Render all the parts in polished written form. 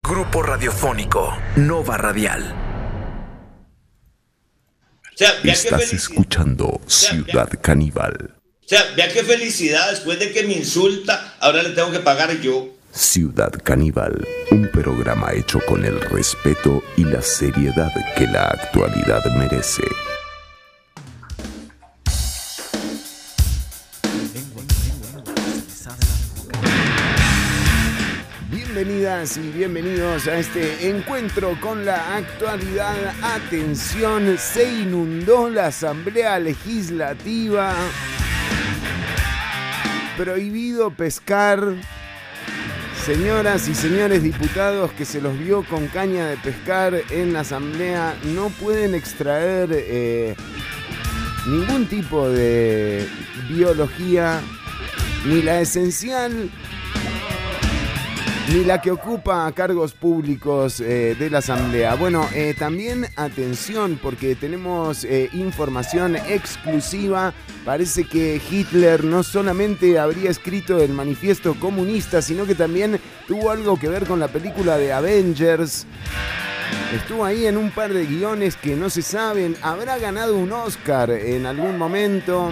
Grupo radiofónico Nova Radial. O sea, Estás escuchando Ciudad Caníbal. O sea, vea qué felicidad, después de que me insulta, ahora le tengo que pagar yo. Ciudad Caníbal, un programa hecho con el respeto y la seriedad que la actualidad merece. Bienvenidas y bienvenidos a este encuentro con la actualidad. Atención, se inundó la Asamblea Legislativa. Prohibido pescar. Señoras y señores diputados que se los vio con caña de pescar en la Asamblea no pueden extraer ningún tipo de biología, ni la esencial, ni la que ocupa cargos públicos de la Asamblea. Bueno, también atención porque tenemos información exclusiva. Parece que Hitler no solamente habría escrito el manifiesto comunista, sino que también tuvo algo que ver con la película de Avengers. Estuvo ahí en un par de guiones que no se saben. Habrá ganado un Oscar en algún momento.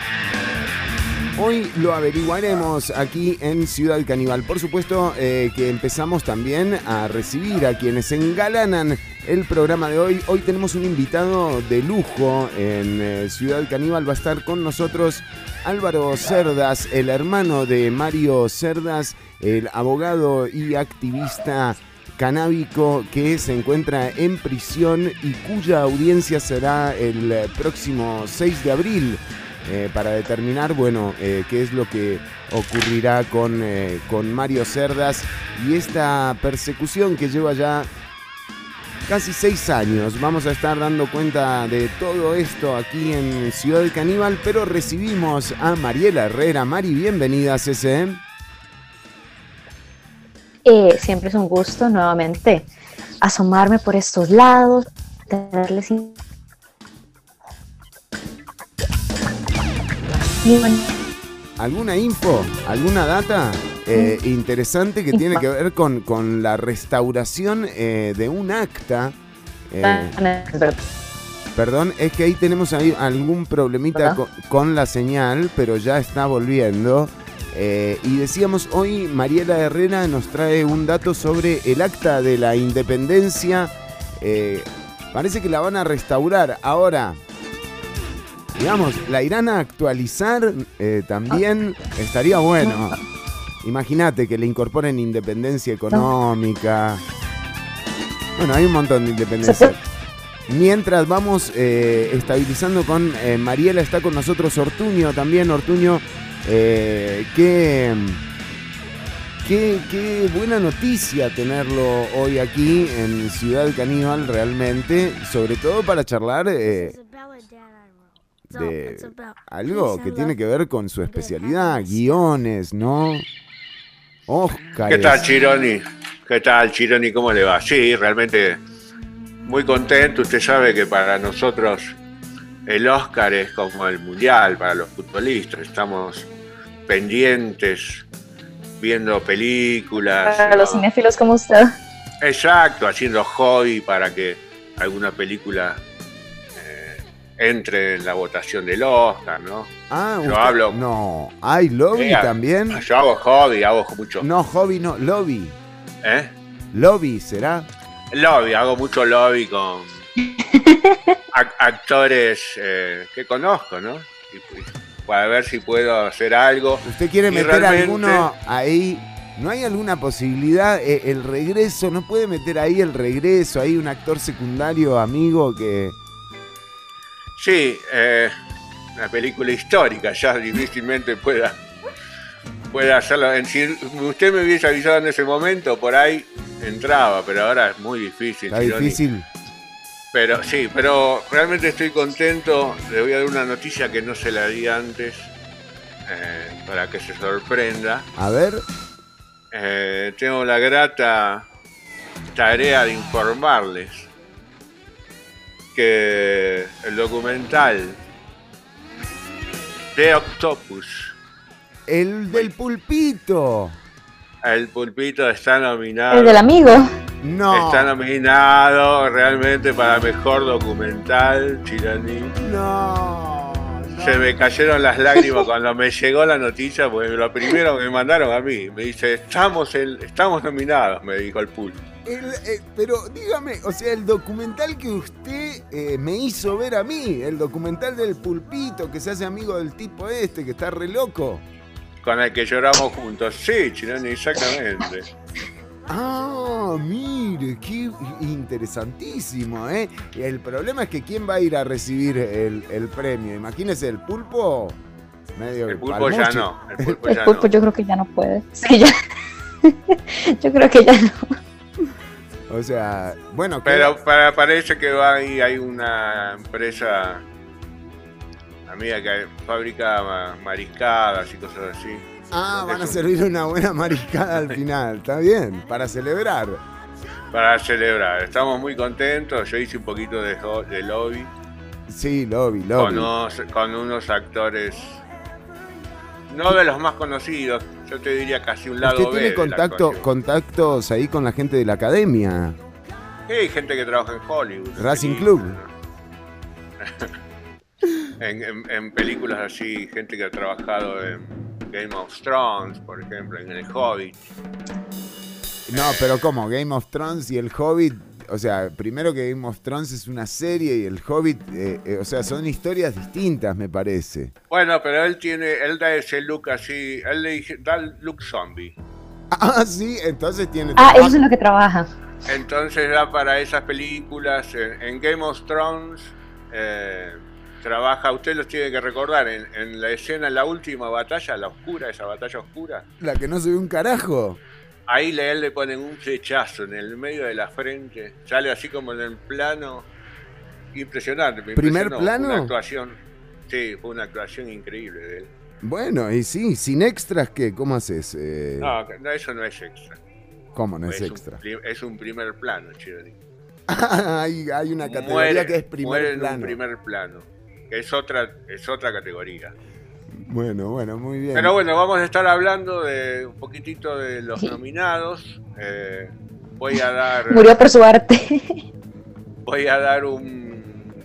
Hoy lo averiguaremos aquí en Ciudad Caníbal. Por supuesto que empezamos también a recibir a quienes engalanan el programa de hoy. Hoy tenemos un invitado de lujo en Ciudad Caníbal. Va a estar con nosotros Álvaro Cerdas, el hermano de Mario Cerdas, el abogado y activista canábico que se encuentra en prisión y cuya audiencia será el próximo 6 de abril. Para determinar, bueno, qué es lo que ocurrirá con Mario Cerdas y esta persecución que lleva ya casi 6 años. Vamos a estar dando cuenta de todo esto aquí en Ciudad Caníbal, pero recibimos a Mariela Herrera. Mari, bienvenida a CCM. Siempre es un gusto nuevamente asomarme por estos lados, darles ¿Alguna info, alguna data interesante que tiene que ver con la restauración de un acta? Perdón, es que ahí tenemos algún problemita con la señal, pero ya está volviendo. Y decíamos, hoy Mariela Herrera nos trae un dato sobre el acta de la independencia. Parece que la van a restaurar ahora. Digamos, la irán a actualizar también, estaría bueno. Imagínate que le incorporen independencia económica. Bueno, hay un montón de independencia. Mientras vamos estabilizando con Mariela, está con nosotros Ortuño también. Ortuño, qué buena noticia tenerlo hoy aquí en Ciudad Caníbal realmente, sobre todo para charlar de algo que tiene que ver con su especialidad, guiones, ¿no? Oscar. ¿Qué tal, Chironi? ¿Qué tal, Chironi? ¿Cómo le va? Sí, realmente muy contento. Usted sabe que para nosotros el Oscar es como el Mundial para los futbolistas. Estamos pendientes, viendo películas. Para los cinéfilos como usted. Exacto, haciendo hobby para que alguna película entre en la votación del Oscar, ¿no? Ah, yo hablo. No, hay lobby también. Yo hago hobby, hago mucho. No, hobby no, lobby. Lobby, ¿será? Lobby, hago mucho lobby con actores que conozco, ¿no? Para ver si puedo hacer algo. ¿Usted quiere meter alguno ahí? ¿No hay alguna posibilidad? El regreso, ¿no puede meter ahí el regreso? Hay un actor secundario amigo que... Sí, una película histórica, ya difícilmente pueda hacerlo. Si usted me hubiese avisado en ese momento, por ahí entraba, pero ahora es muy difícil. Está difícil. Pero sí, pero realmente estoy contento. Le voy a dar una noticia que no se la di antes, para que se sorprenda. A ver. Tengo la grata tarea de informarles que el documental de Octopus, el del pulpito, el pulpito está nominado. El del amigo. No. Está nominado realmente para mejor documental, Chironi. No. Se me cayeron las lágrimas cuando me llegó la noticia, porque lo primero que me mandaron a mí, me dice, estamos nominados, me dijo el Pulpo. Pero dígame, o sea, el documental que usted me hizo ver a mí, el documental del Pulpito, que se hace amigo del tipo este, que está re loco. Con el que lloramos juntos, sí, Chironi, exactamente. Ah, mire, qué interesantísimo, ¿eh? El problema es que ¿quién va a ir a recibir el premio? Imagínese, el Pulpo. El Pulpo ya no. El Pulpo yo creo que ya no puede. Sí, ya. Yo creo que ya no. O sea, bueno. Pero parece que va ahí, hay una empresa amiga que fabrica mariscadas y cosas así. Ah, van a servir una buena mariscada al final, está bien, para celebrar. Para celebrar, estamos muy contentos. Yo hice un poquito de lobby. Sí, lobby. Con unos actores, no de los más conocidos, yo te diría casi un lado ¿Usted tiene contactos ahí con la gente de la academia? Sí, hay gente que trabaja en Hollywood. Racing Club. en películas así, gente que ha trabajado en Game of Thrones, por ejemplo, en El Hobbit. No, pero ¿cómo? Game of Thrones y El Hobbit. O sea, primero que Game of Thrones es una serie y El Hobbit, o sea, son historias distintas, me parece. Bueno, pero él da ese look así, da el look zombie. Ah, sí, entonces tiene... Eso es lo que trabaja. Entonces da para esas películas. En Game of Thrones trabaja, usted los tiene que recordar, en la escena, en la última batalla, esa batalla oscura. La que no se ve un carajo. Ahí él le ponen un flechazo en el medio de la frente, sale así como en el plano, impresionante. ¿Primer plano? Fue una actuación, sí, fue una actuación increíble de él. Bueno, y sí, sin extras, ¿qué? ¿Cómo haces? No, eso no es extra. ¿Cómo no es extra? Es un primer plano, Chironi. hay una categoría que es primer plano. En un primer plano, que es otra categoría. Bueno, muy bien. Pero bueno, vamos a estar hablando de un poquitito de los nominados. Voy a dar... Murió por su arte. Voy a dar un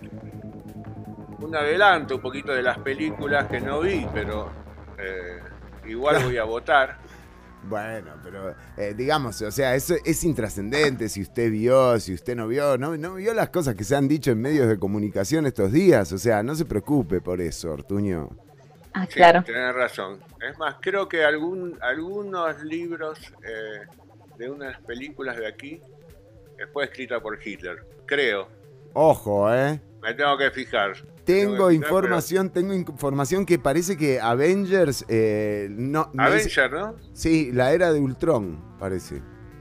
adelanto un poquito de las películas que no vi, pero igual voy a votar. Bueno, pero digamos, o sea, eso es intrascendente si usted vio, si usted no vio las cosas que se han dicho en medios de comunicación estos días, o sea, no se preocupe por eso, Ortuño. Ah, claro. Sí, tenés razón. Es más, creo que algunos libros de unas películas de aquí fue escrita por Hitler, creo. Ojo, Me tengo que fijar. Tengo información que parece que Avengers Avengers, ¿no? Sí, la era de Ultron, parece.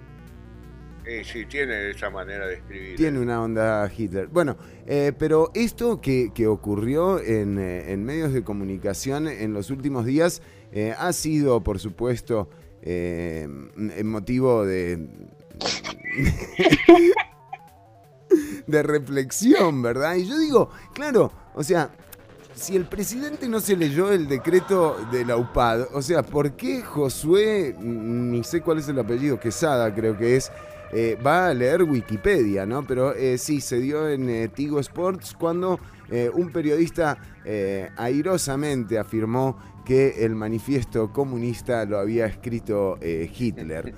Sí, tiene esa manera de escribir. Tiene una onda Hitler. Bueno, pero esto que ocurrió en medios de comunicación en los últimos días ha sido, por supuesto, motivo de reflexión, ¿verdad? Y yo digo, claro, o sea, si el presidente no se leyó el decreto de la UPAD, o sea, ¿por qué Josué, ni sé cuál es el apellido, Quesada creo que es, va a leer Wikipedia, ¿no? Pero sí, se dio en Tigo Sports cuando un periodista airosamente afirmó que el manifiesto comunista lo había escrito Hitler.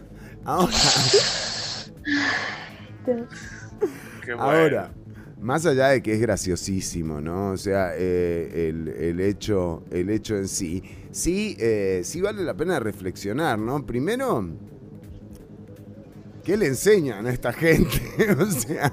Ahora, más allá de que es graciosísimo, ¿no? O sea, el hecho en sí vale la pena reflexionar, ¿no? Primero, ¿qué le enseñan a esta gente? O sea...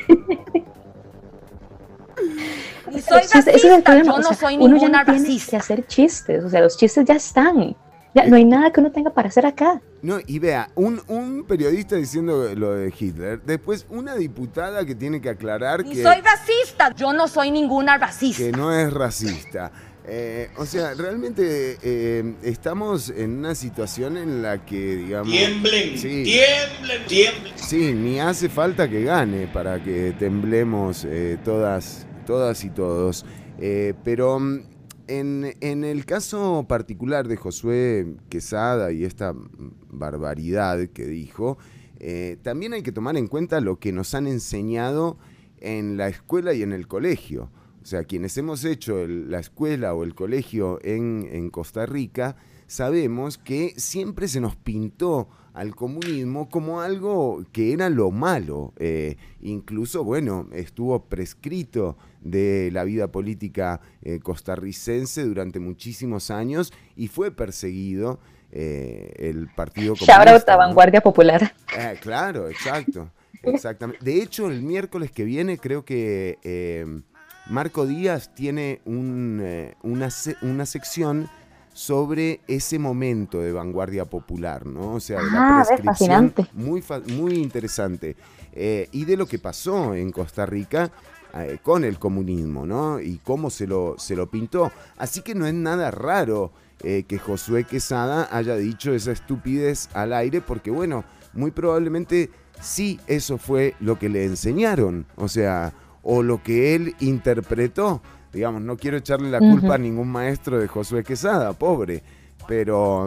Y soy racista, ese es el problema. yo no soy uno ninguna ya no tiene racista. que hacer chistes, o sea, los chistes ya están. Ya, no hay nada que uno tenga para hacer acá. No, y vea, un periodista diciendo lo de Hitler, después una diputada que tiene que aclarar Y que... soy racista, yo no soy ninguna racista. Que no es racista. O sea, realmente estamos en una situación en la que, digamos... Tiemblen, sí, tiemblen. Sí, ni hace falta que gane para que temblemos todas y todos. Pero en el caso particular de Josué Quesada y esta barbaridad que dijo, también hay que tomar en cuenta lo que nos han enseñado en la escuela y en el colegio. O sea, quienes hemos hecho la escuela o el colegio en Costa Rica, sabemos que siempre se nos pintó al comunismo como algo que era lo malo. Incluso, bueno, estuvo prescrito de la vida política costarricense durante muchísimos años y fue perseguido el Partido Comunista. Shout out a Vanguardia Popular. Claro, exacto. Exactamente. De hecho, el miércoles que viene creo que Marco Díaz tiene una sección sobre ese momento de Vanguardia Popular, ¿no? O sea, de la prescripción. Fascinante. Muy interesante. Y de lo que pasó en Costa Rica con el comunismo, ¿no? Y cómo se lo pintó. Así que no es nada raro que Josué Quesada haya dicho esa estupidez al aire, porque bueno, muy probablemente sí eso fue lo que le enseñaron, o sea, o lo que él interpretó. Digamos, no quiero echarle la culpa a ningún maestro de Josué Quesada, pobre, pero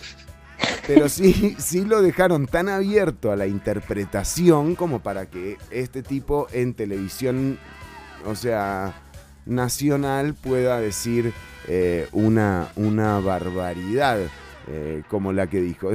sí lo dejaron tan abierto a la interpretación como para que este tipo en televisión, o sea, nacional, pueda decir una barbaridad como la que dijo.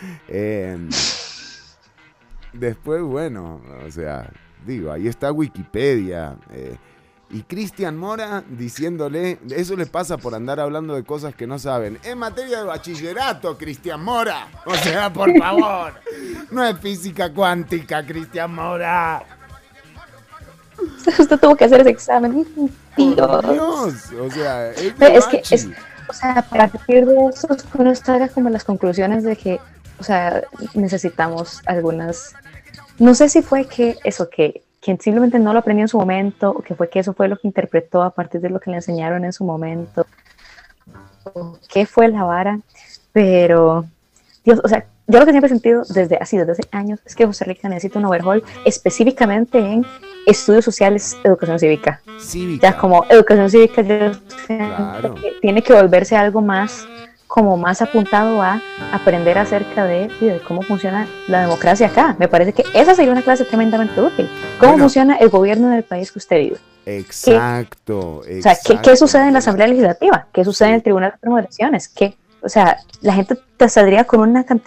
Después, bueno, o sea, digo, ahí está Wikipedia. Y Cristian Mora diciéndole, eso les pasa por andar hablando de cosas que no saben. En materia de bachillerato, Cristian Mora. O sea, por favor. No es física cuántica, Cristian Mora. Usted tuvo que hacer ese examen. Por Dios. O sea, o sea, a partir de eso uno saca como las conclusiones de que, o sea, necesitamos algunas. No sé si fue que simplemente no lo aprendió en su momento, o que fue que eso fue lo que interpretó a partir de lo que le enseñaron en su momento, o qué fue la vara, pero Dios, o sea, yo lo que siempre he sentido desde hace años es que Costa Rica necesita un overhaul específicamente en estudios sociales, educación cívica. Ya como educación cívica, yo siento que tiene que volverse algo más apuntado a aprender acerca de cómo funciona la democracia acá. Me parece que esa sería una clase tremendamente útil. ¿Cómo funciona el gobierno del país que usted vive? Exacto. O sea, ¿qué sucede en la Asamblea Legislativa? ¿Qué sucede en el Tribunal Supremo de Elecciones? O sea, la gente te saldría con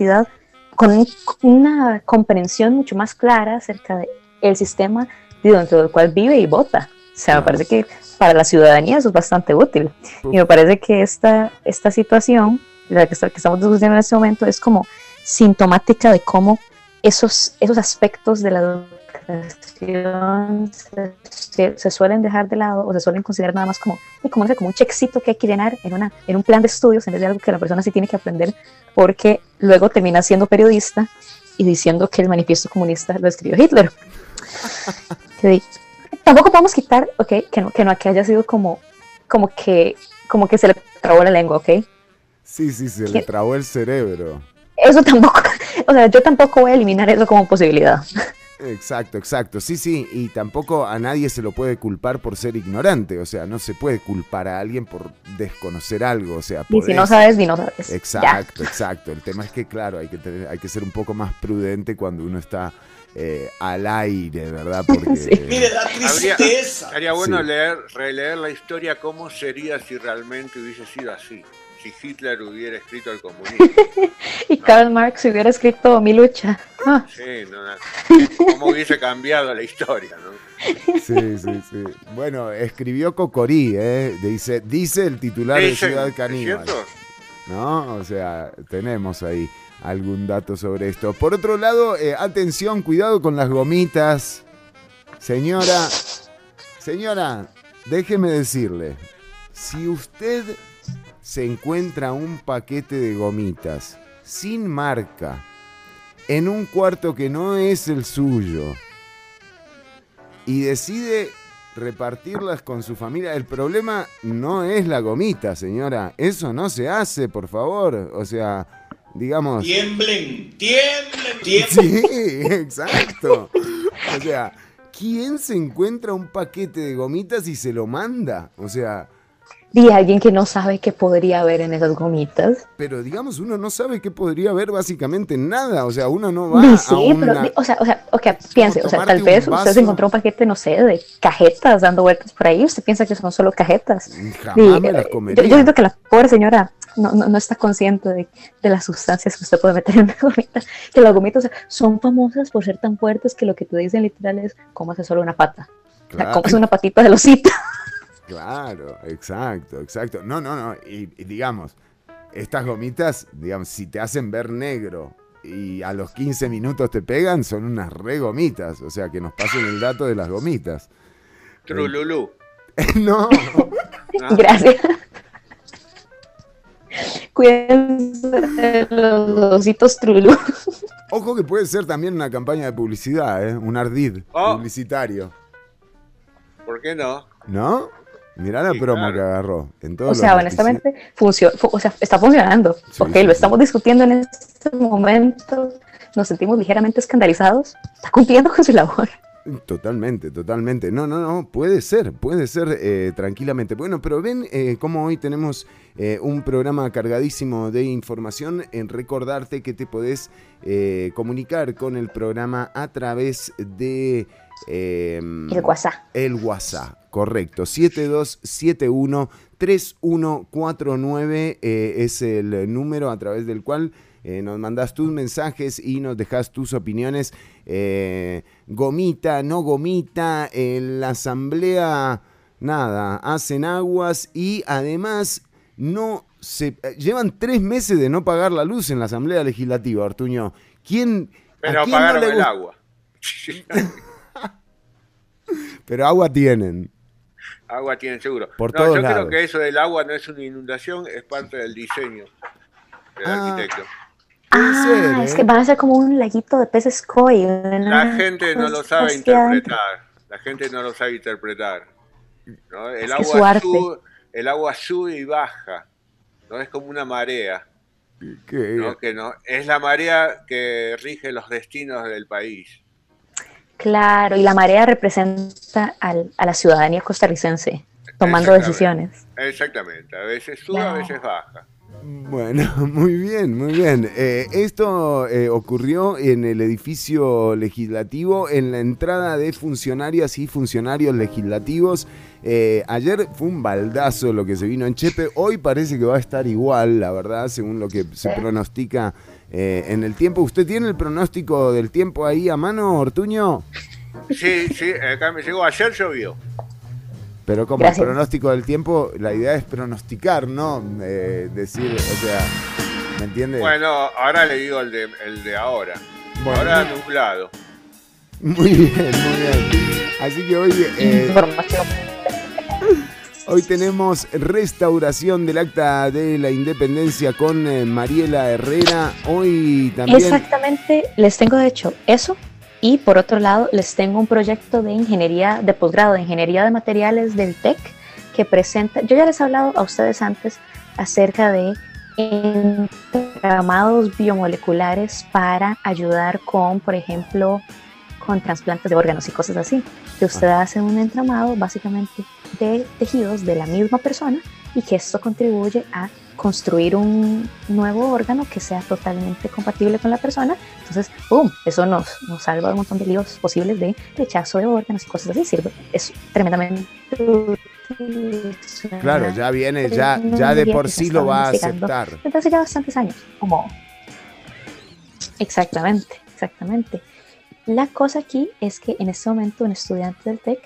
una comprensión mucho más clara acerca del sistema dentro del cual vive y vota. O sea, me parece que para la ciudadanía eso es bastante útil. Y me parece que esta situación, la que estamos discutiendo en este momento, es como sintomática de cómo esos aspectos de la educación se suelen dejar de lado, o se suelen considerar nada más como un checkcito que hay que llenar en un plan de estudios, en vez de algo que la persona sí tiene que aprender, porque luego termina siendo periodista y diciendo que el manifiesto comunista lo escribió Hitler. Tampoco podemos quitar, que haya sido como que se le trabó la lengua, ¿ok? Sí, se le trabó el cerebro. Eso tampoco, o sea, yo tampoco voy a eliminar eso como posibilidad. Exacto, sí, y tampoco a nadie se lo puede culpar por ser ignorante, o sea, no se puede culpar a alguien por desconocer algo, o sea, y si no sabes, no sabes. Exacto, el tema es que, claro, hay que ser un poco más prudente cuando uno está al aire, ¿verdad? Porque sí. Mire, la tristeza. Estaría bueno releer la historia, cómo sería si realmente hubiese sido así, si Hitler hubiera escrito el comunismo. Y Karl Marx hubiera escrito Mi lucha. Sí, cómo hubiese cambiado la historia, ¿no? Sí. Bueno, escribió Cocorí, dice el titular de Ciudad Caníbal. ¿No? O sea, tenemos ahí algún dato sobre esto. Por otro lado, atención, cuidado con las gomitas. Señora, déjeme decirle, si usted se encuentra un paquete de gomitas sin marca en un cuarto que no es el suyo y decide repartirlas con su familia, el problema no es la gomita, señora. Eso no se hace, por favor. O sea, digamos... Tiemblen. Sí, exacto. O sea, ¿quién se encuentra un paquete de gomitas y se lo manda? O sea, Y alguien que no sabe qué podría haber en esas gomitas. Pero digamos, uno no sabe qué podría haber básicamente nada. O sea, uno no va Sí, a sí, una... pero, o sea, okay, piense, o sea, tomarte tal vez un usted se vaso. encontró un paquete, no sé, de cajetas dando vueltas por ahí, usted piensa que son solo cajetas. Jamás me las comería. Yo siento que la pobre señora no está consciente de las sustancias que usted puede meter en una gomita. Que las gomitas, o sea, son famosas por ser tan fuertes que lo que te dicen literal es, cómase solo una pata. O sea, Claro. cómase una patita de losita. Claro, exacto. No. Y digamos, estas gomitas, digamos, si te hacen ver negro y a los 15 minutos te pegan, son unas re gomitas. O sea, que nos pasen el dato de las gomitas. Trululú. No, ¿no? Gracias. Cuídense de los ositos trulú. ojo que puede ser también una campaña de publicidad, ¿eh? Un ardid Oh. publicitario. ¿Por qué no? ¿No? Mirá la Sí, promo claro. que agarró. En todos O sea, los honestamente, o sea, está funcionando. Sí, Ok, sí, lo sí. estamos discutiendo en este momento. Nos sentimos ligeramente escandalizados. Está cumpliendo con su labor. Totalmente. No, puede ser tranquilamente. Bueno, pero ven cómo hoy tenemos un programa cargadísimo de información. En recordarte que te podés comunicar con el programa a través de El WhatsApp. el WhatsApp, correcto. 7271-3149 es el número a través del cual nos mandás tus mensajes y nos dejás tus opiniones. Gomita, no gomita, en la asamblea, nada, hacen aguas y además no se llevan 3 meses de no pagar la luz en la asamblea legislativa, Ortuño. Pero ¿A quién no apagaron le el gusta? agua. Pero agua tienen. Agua tienen seguro. Por No, todos yo lados. creo que eso del agua no es una inundación, es parte del diseño del arquitecto. Puede ser, Es que van a ser como un laguito de peces koi. La gente no lo sabe interpretar. La gente no lo sabe interpretar. ¿No? Es que su arte. El agua sube y baja. No es como una marea. ¿Qué? ¿No? Que no, es la marea que rige los destinos del país. Claro, y la marea representa a la ciudadanía costarricense tomando Exactamente. decisiones. Exactamente. A veces sube, a Claro. veces baja. Bueno, muy bien. Esto ocurrió en el edificio legislativo, en la entrada de funcionarias y funcionarios legislativos. Ayer fue un baldazo lo que se vino en Chepe. Hoy parece que va a estar igual, la verdad, según lo que se pronostica en el tiempo. ¿Usted tiene el pronóstico del tiempo ahí a mano, Ortuño? Sí, acá me llegó. Ayer llovió. Pero como Gracias. el pronóstico del tiempo, la idea es pronosticar, ¿no? Decir, o sea, ¿me entiende? Bueno, ahora le digo el de ahora. Bueno. Ahora nublado. Muy bien. Así que hoy, Información. hoy tenemos restauración del Acta de la Independencia con Mariela Herrera. Hoy también... Exactamente, les tengo de hecho eso. Y por otro lado, les tengo un proyecto de ingeniería, de posgrado de ingeniería de materiales del TEC que presenta, yo ya les he hablado a ustedes antes acerca de entramados biomoleculares para ayudar con, por ejemplo, con trasplantes de órganos y cosas así. Que usted hace un entramado básicamente de tejidos de la misma persona y que esto contribuye a construir un nuevo órgano que sea totalmente compatible con la persona. Entonces, ¡pum! Eso nos salva de un montón de líos posibles de rechazo de órganos y cosas así. Sirve, es tremendamente útil. Claro, ya viene, ya de por sí lo va a aceptar. Desde hace ya bastantes años. Como... Exactamente. La cosa aquí es que en este momento un estudiante del TEC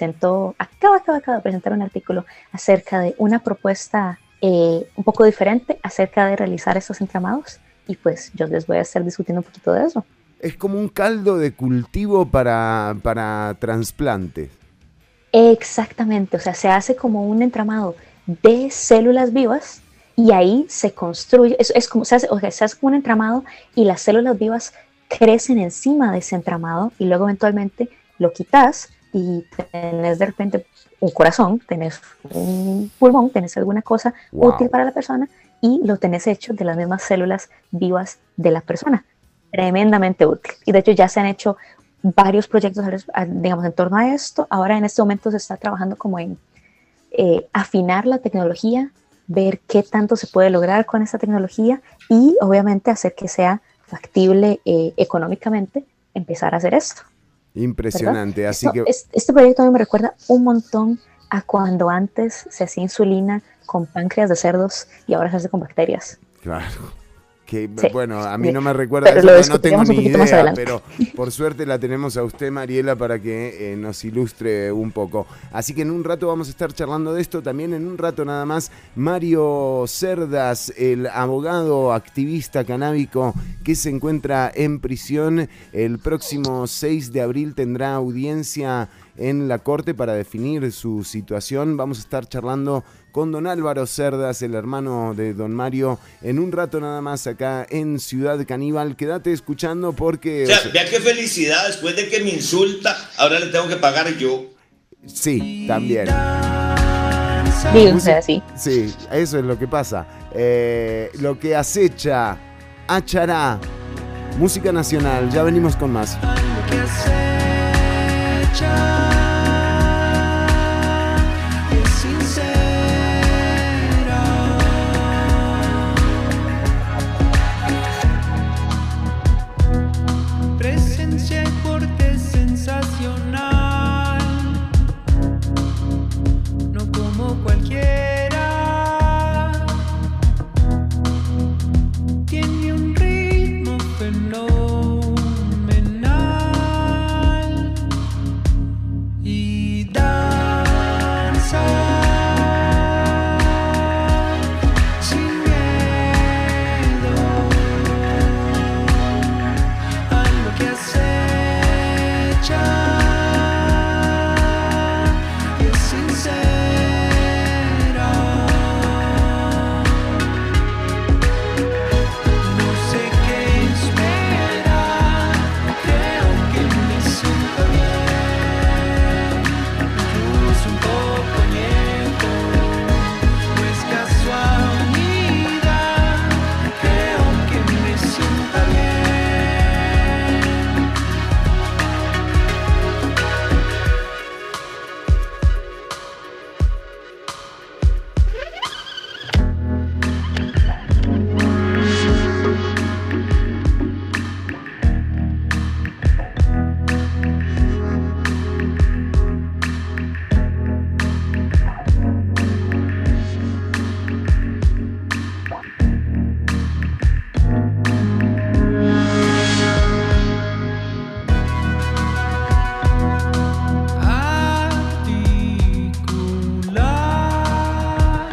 acaba de presentar un artículo acerca de una propuesta un poco diferente acerca de realizar estos entramados y pues yo les voy a estar discutiendo un poquito de eso. Es como un caldo de cultivo para trasplantes. Exactamente, o sea, se hace como un entramado de células vivas y ahí se construye, es como, se hace como un entramado y las células vivas crecen encima de ese entramado y luego eventualmente lo quitas y tenés de repente un corazón, tenés un pulmón, tenés alguna cosa útil para la persona y lo tenés hecho de las mismas células vivas de la persona. Tremendamente útil. Y de hecho ya se han hecho varios proyectos, digamos, en torno a esto. Ahora en este momento se está trabajando como en afinar la tecnología, ver qué tanto se puede lograr con esta tecnología y obviamente hacer que sea factible económicamente empezar a hacer esto. Impresionante, así que... Este proyecto a mí me recuerda un montón a cuando antes se hacía insulina con páncreas de cerdos y ahora se hace con bacterias. Claro. Que, Sí. bueno, a mí no me recuerda Pero eso, lo no tengo discutiremos un ni poquito más idea, adelante. pero por suerte la tenemos a usted, Mariela, para que nos ilustre un poco. Así que en un rato vamos a estar charlando de esto, también en un rato nada más, Mario Cerdas, el abogado activista canábico que se encuentra en prisión, el próximo 6 de abril tendrá audiencia en la corte para definir su situación. Vamos a estar charlando con don Álvaro Cerdas, el hermano de don Mario, en un rato nada más acá en Ciudad Caníbal. Quédate escuchando porque... O sea, vea qué felicidad, después de que me insulta, ahora le tengo que pagar yo. Sí, también. Digo, o sea, sí. Sí, eso es lo que pasa. Lo que acecha, Achará, música nacional. Ya venimos con más. Presencia y porte sensacional, no como cualquiera, tiene un ritmo fenomenal y danza sin miedo a lo que acecha, es sincera. No sé qué esperar, creo que me siento bien, incluso un poco añejo, no es casualidad, creo que me sienta bien. Articular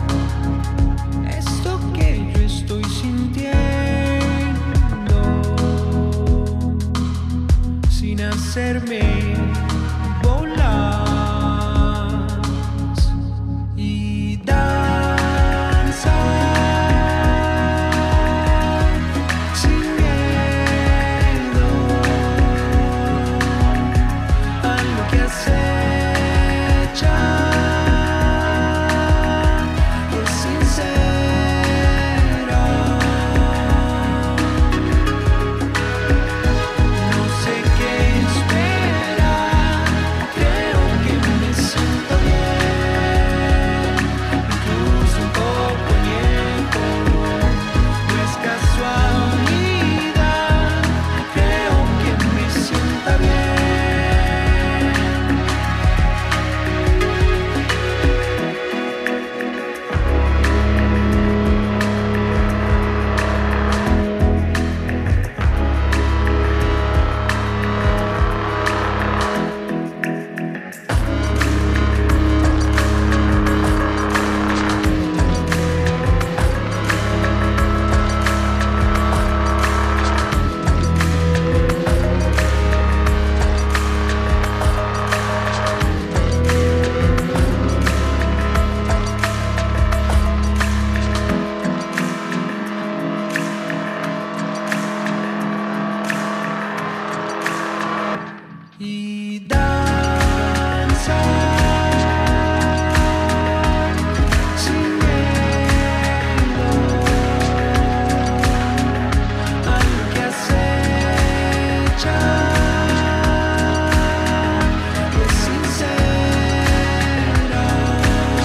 esto que yo estoy sintiendo sin hacerme bolas y danzar sin miedo a lo que acecha, es sincera. No sé qué esperar, creo que me siento bien, incluso un poco añejo, no es casualidad, creo que me sienta bien. Y danza sin miedo a lo que acecha, es sincera.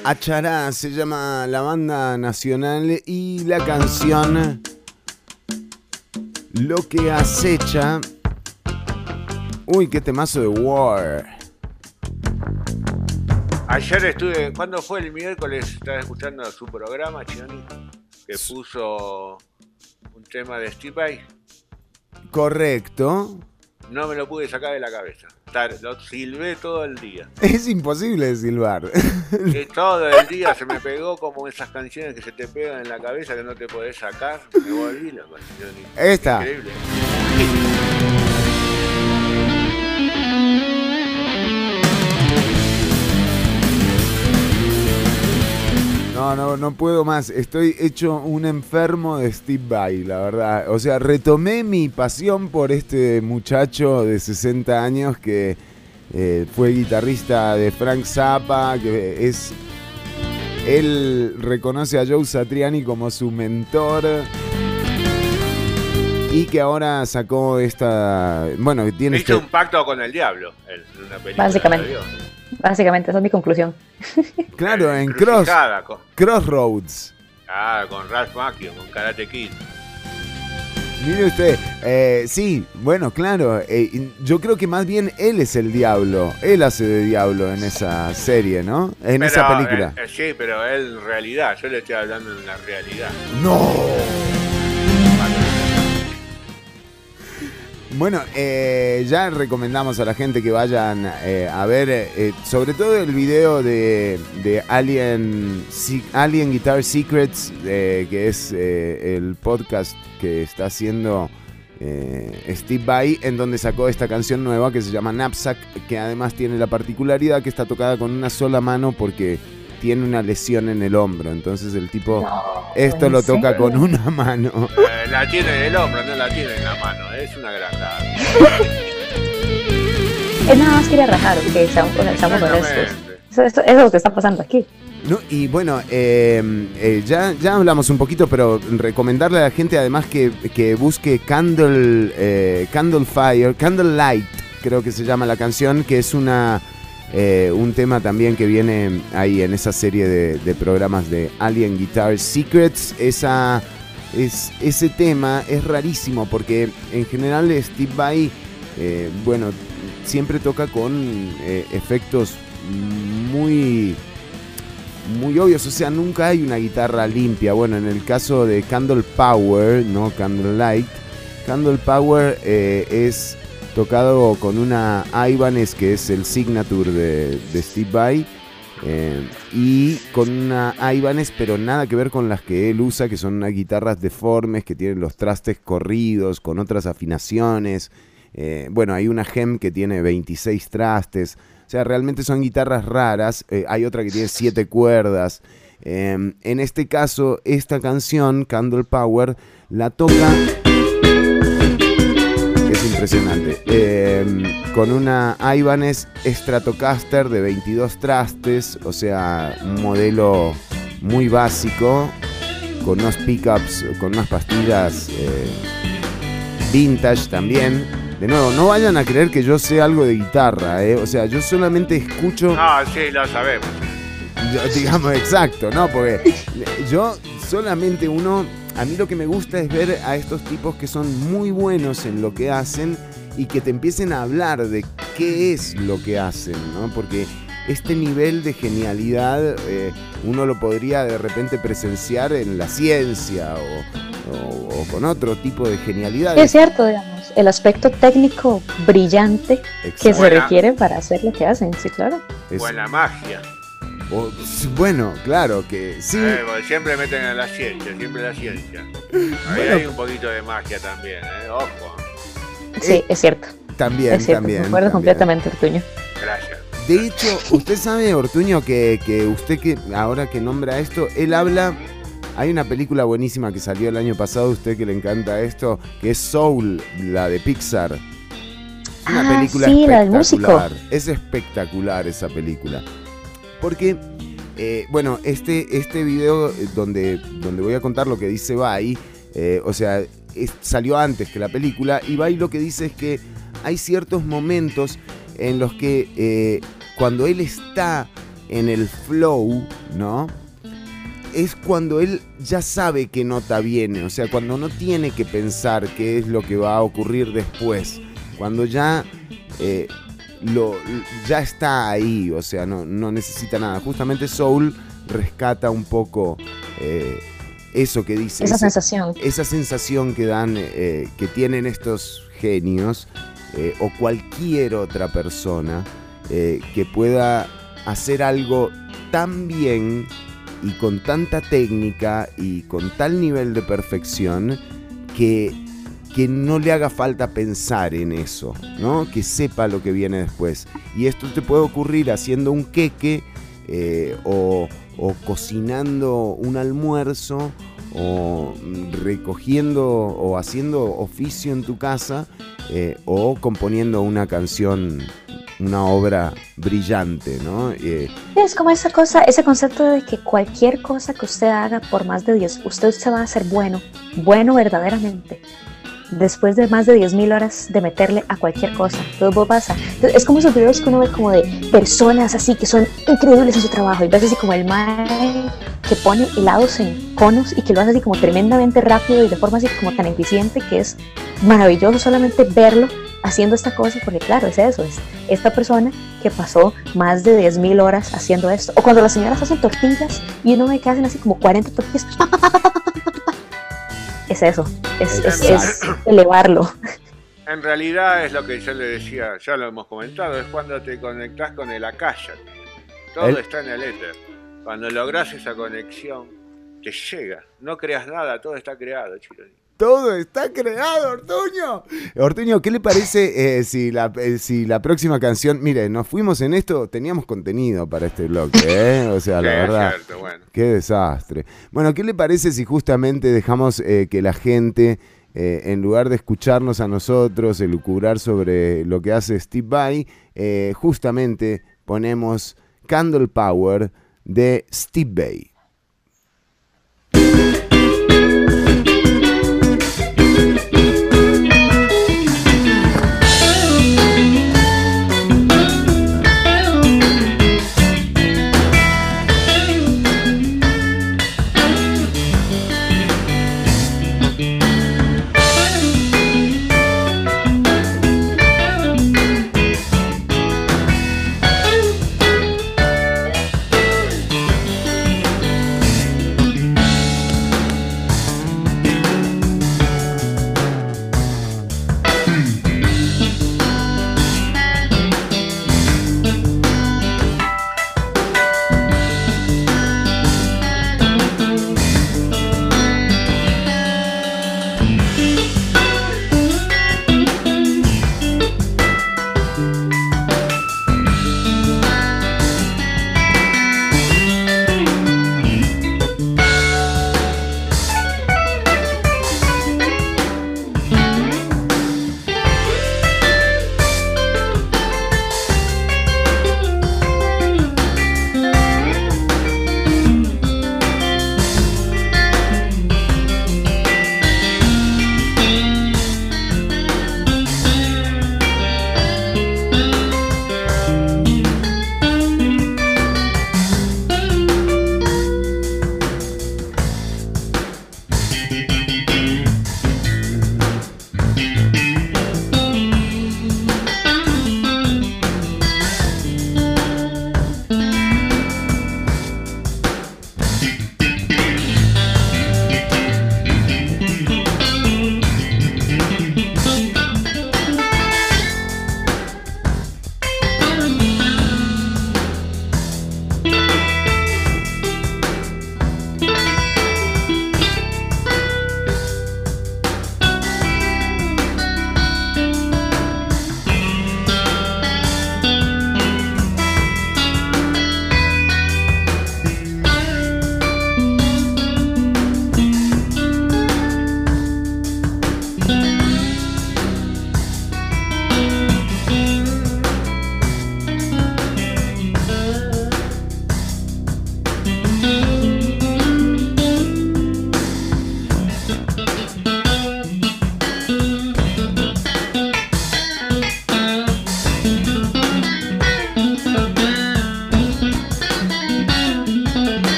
Achará se llama la banda nacional y la canción Lo que acecha. Uy, qué temazo de War. Ayer estuve, ¿cuándo fue el miércoles? Estaba escuchando su programa, Chironi, que puso un tema de Steve Vai. Correcto. No me lo pude sacar de la cabeza. Lo silbé todo el día. Es imposible de silbar. Y todo el día se me pegó como esas canciones que se te pegan en la cabeza que no te podés sacar. Me volví loco. Esta. Increíble. No puedo más. Estoy hecho un enfermo de Steve Vai, la verdad. O sea, retomé mi pasión por este muchacho de 60 años que fue guitarrista de Frank Zappa, que es... Él reconoce a Joe Satriani como su mentor y que ahora sacó esta... Bueno, tiene hizo un pacto con el diablo en una película. Básicamente, esa es mi conclusión. Claro, en Crossroads. Ah, con Ralph Macchio, con Karate Kid. Mire usted, sí, bueno, claro, yo creo que más bien él es el diablo, él hace de diablo en esa serie, ¿no? Esa película. Sí, pero él en realidad, yo le estoy hablando de la realidad. ¡No! Bueno, ya recomendamos a la gente que vayan a ver, sobre todo el video de Alien Guitar Secrets, que es el podcast que está haciendo Steve Vai, en donde sacó esta canción nueva que se llama Knapsack, que además tiene la particularidad que está tocada con una sola mano porque tiene una lesión en el hombro. Entonces el tipo esto lo toca con una mano. La tiene en el hombro, no la tiene en la mano. Es una grandada. Él nada más quiere rajar, que seamos honestos. Eso es lo que está pasando aquí. No, y bueno, ya hablamos un poquito, pero recomendarle a la gente además que busque Candlelight, creo que se llama la canción, que es un tema también que viene ahí en esa serie de programas de Alien Guitar Secrets. Ese tema es rarísimo porque en general Steve Vai, bueno, siempre toca con efectos muy obvios, o sea, nunca hay una guitarra limpia. Bueno, en el caso de Candle Power, no Candlelight, Candle Power es tocado con una Ibanez, que es el signature de Steve Vai, y con una Ibanez, pero nada que ver con las que él usa, que son unas guitarras deformes, que tienen los trastes corridos, con otras afinaciones. Bueno, hay una Gem que tiene 26 trastes. O sea, realmente son guitarras raras. Hay otra que tiene 7 cuerdas. En este caso, esta canción, Candle Power, la toca... Es impresionante. Con una Ibanez Stratocaster de 22 trastes. O sea, un modelo muy básico. Con unos pickups, con unas pastillas vintage también. De nuevo, no vayan a creer que yo sé algo de guitarra, o sea, yo solamente escucho... No, sí, lo sabemos. Digamos, exacto, ¿no? Porque yo solamente a mí lo que me gusta es ver a estos tipos que son muy buenos en lo que hacen y que te empiecen a hablar de qué es lo que hacen, ¿no? Porque este nivel de genialidad uno lo podría de repente presenciar en la ciencia o con otro tipo de genialidad. Es cierto, digamos, el aspecto técnico brillante. Exacto. Que se requiere para hacer lo que hacen, sí, claro. O en la magia. Bueno, claro que sí. Porque siempre meten a la ciencia, siempre la ciencia. Ahí hay un poquito de magia también, ojo. Sí, es cierto. También, es cierto, también. Me acuerdo completamente, Ortuño. Gracias. De hecho, usted sabe, Ortuño, que usted que ahora que nombra esto, él habla... Hay una película buenísima que salió el año pasado, a usted que le encanta esto, que es Soul, la de Pixar. Una película sí, espectacular. La del músico. Es espectacular esa película. Porque, bueno, este video donde voy a contar lo que dice Vai, o sea, salió antes que la película, y Vai lo que dice es que hay ciertos momentos en los que cuando él está en el flow, ¿no? Es cuando él ya sabe qué nota viene, o sea, cuando no tiene que pensar qué es lo que va a ocurrir después, cuando ya, ya está ahí, o sea, no necesita nada. Justamente Soul rescata un poco eso que dice. Esa sensación. Esa sensación que dan, que tienen estos genios o cualquier otra persona que pueda hacer algo tan bien y con tanta técnica y con tal nivel de perfección que no le haga falta pensar en eso, ¿no? Que sepa lo que viene después. Y esto te puede ocurrir haciendo un queque o cocinando un almuerzo o recogiendo o haciendo oficio en tu casa o componiendo una canción, una obra brillante, ¿no? Es como esa cosa, ese concepto de que cualquier cosa que usted haga por más de 10, usted se va a hacer bueno verdaderamente, después de más de 10.000 horas de meterle a cualquier cosa. Todo pasa. Entonces, es como esos videos que uno ve como de personas así que son increíbles en su trabajo y ves así como el mae que pone helados en conos y que lo hace así como tremendamente rápido y de forma así como tan eficiente que es maravilloso solamente verlo haciendo esta cosa, porque claro, es eso, es esta persona que pasó más de 10.000 horas haciendo esto. O cuando las señoras hacen tortillas y uno ve que hacen así como 40 tortillas, es eso, es elevarlo. En realidad es lo que yo le decía, ya lo hemos comentado, es cuando te conectás con el Akasha. Todo está en el éter. Cuando lográs esa conexión, te llega. No creas nada, todo está creado, Chironi. Todo está creado, Ortuño. Ortuño, ¿qué le parece si la próxima canción... Mire, nos fuimos en esto, teníamos contenido para este bloque, ¿eh? O sea, la verdad, cierto, bueno. Qué desastre. Bueno, ¿qué le parece si justamente dejamos que la gente, en lugar de escucharnos a nosotros, elucubrar sobre lo que hace Steve Vai, justamente ponemos Candle Power de Steve Vai.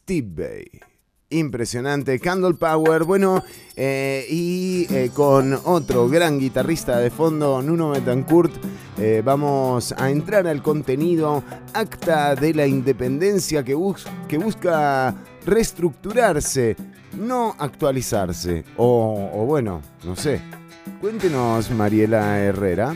Steve Vai. Impresionante, Candle Power. Bueno, con otro gran guitarrista de fondo, Nuno Bettencourt, vamos a entrar al contenido. Acta de la Independencia que busca reestructurarse, no actualizarse. O bueno, no sé. Cuéntenos, Mariela Herrera.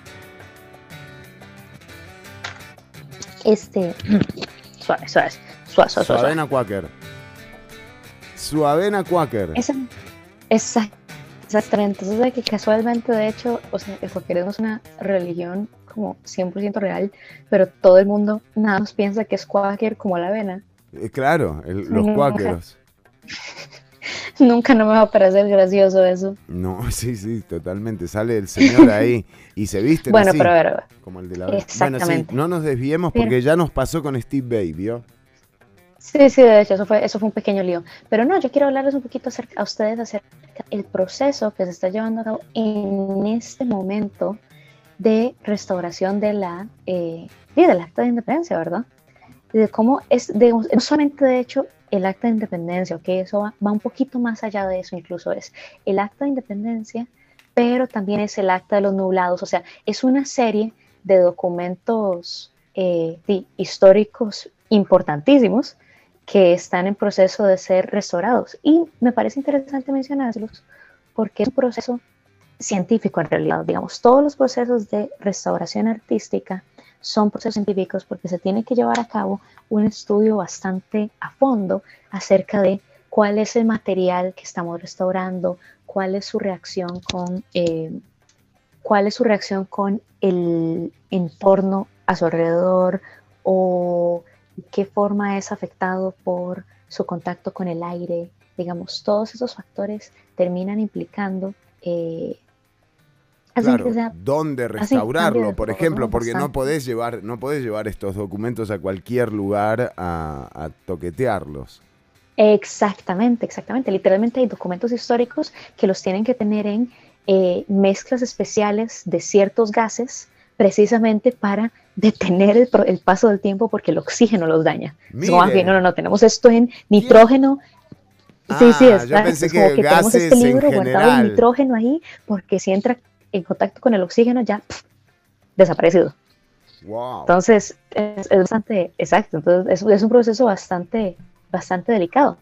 Suavena Quaker. Suavena Quaker. Exactamente. Entonces, de que casualmente, de hecho, o sea, el cuaquerismo es una religión como 100% real, pero todo el mundo nada más piensa que es Quaker como la avena. Claro, los cuáqueros. Nunca no me va a parecer gracioso eso. No, sí, totalmente. Sale el señor ahí y se viste bueno, así, pero a ver. como el de la avena. Exactamente. Bueno, sí, no nos desviemos porque ya nos pasó con Steve Vai, ¿vio? Sí, de hecho, eso fue un pequeño lío. Pero no, yo quiero hablarles un poquito a ustedes acerca del proceso que se está llevando a cabo en este momento de restauración de del Acta de Independencia, ¿verdad? De cómo no solamente, de hecho, el Acta de Independencia, que eso va un poquito más allá de eso, incluso es el Acta de Independencia, pero también es el Acta de los Nublados, o sea, es una serie de documentos históricos importantísimos que están en proceso de ser restaurados. Y me parece interesante mencionarlos porque es un proceso científico en realidad. Digamos, todos los procesos de restauración artística son procesos científicos porque se tiene que llevar a cabo un estudio bastante a fondo acerca de cuál es el material que estamos restaurando, cuál es su reacción con el entorno a su alrededor o qué forma es afectado por su contacto con el aire. Digamos, todos esos factores terminan implicando dónde restaurarlo, por ejemplo, porque no podés llevar estos documentos a cualquier lugar a toquetearlos. Exactamente. Literalmente hay documentos históricos que los tienen que tener en mezclas especiales de ciertos gases, precisamente para detener el paso del tiempo porque el oxígeno los daña. No, tenemos esto en nitrógeno. Sí, yo pensé es como que tenemos este libro en guardado en nitrógeno ahí, porque si entra en contacto con el oxígeno ya desaparecido. Wow. Entonces es bastante exacto. Entonces es un proceso bastante delicado.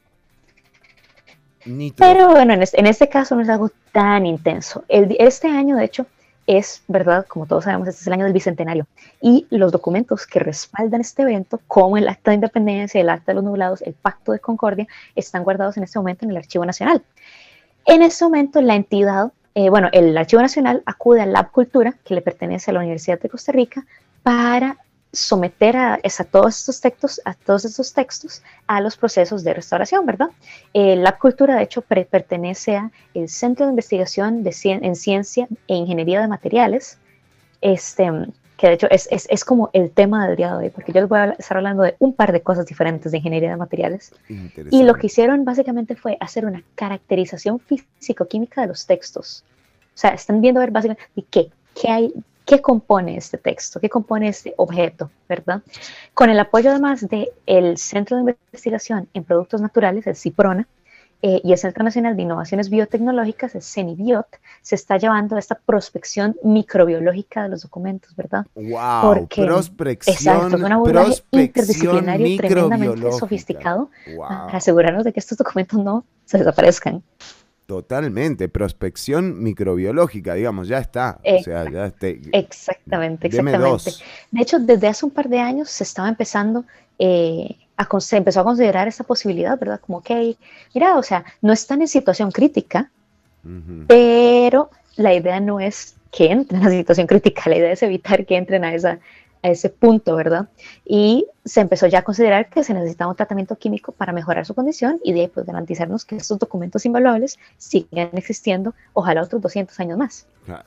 Pero bueno, en este caso no es algo tan intenso. Este año, de hecho, es verdad, como todos sabemos, este es el año del Bicentenario. Y los documentos que respaldan este evento, como el Acta de Independencia, el Acta de los Nublados, el Pacto de Concordia, están guardados en este momento en el Archivo Nacional. En este momento, la entidad, el Archivo Nacional acude al Lab Cultura, que le pertenece a la Universidad de Costa Rica, para someter a todos estos textos a los procesos de restauración, ¿verdad? Lab Cultura, de hecho, pertenece al Centro de Investigación en Ciencia e Ingeniería de Materiales, que de hecho es como el tema del día de hoy, porque yo les voy a estar hablando de un par de cosas diferentes de ingeniería de materiales. Y lo que hicieron básicamente fue hacer una caracterización físico-química de los textos. O sea, están viendo a ver básicamente qué compone este texto, qué compone este objeto, ¿verdad? Con el apoyo además del Centro de Investigación en Productos Naturales, el CIPRONA, y el Centro Nacional de Innovaciones Biotecnológicas, el CENIBIOT, se está llevando esta prospección microbiológica de los documentos, ¿verdad? ¡Wow! Exacto, es un abordaje interdisciplinario tremendamente sofisticado para asegurarnos de que estos documentos no se desaparezcan. Totalmente, prospección microbiológica, digamos, ya está. Exactamente. De hecho, desde hace un par de años se estaba empezando se empezó a considerar esta posibilidad, ¿verdad? Como que, mira, o sea, no están en situación crítica, pero la idea no es que entren a situación crítica, la idea es evitar que entren a ese punto, ¿verdad? Y se empezó ya a considerar que se necesitaba un tratamiento químico para mejorar su condición y de ahí pues garantizarnos que estos documentos invaluables sigan existiendo, ojalá otros 200 años más.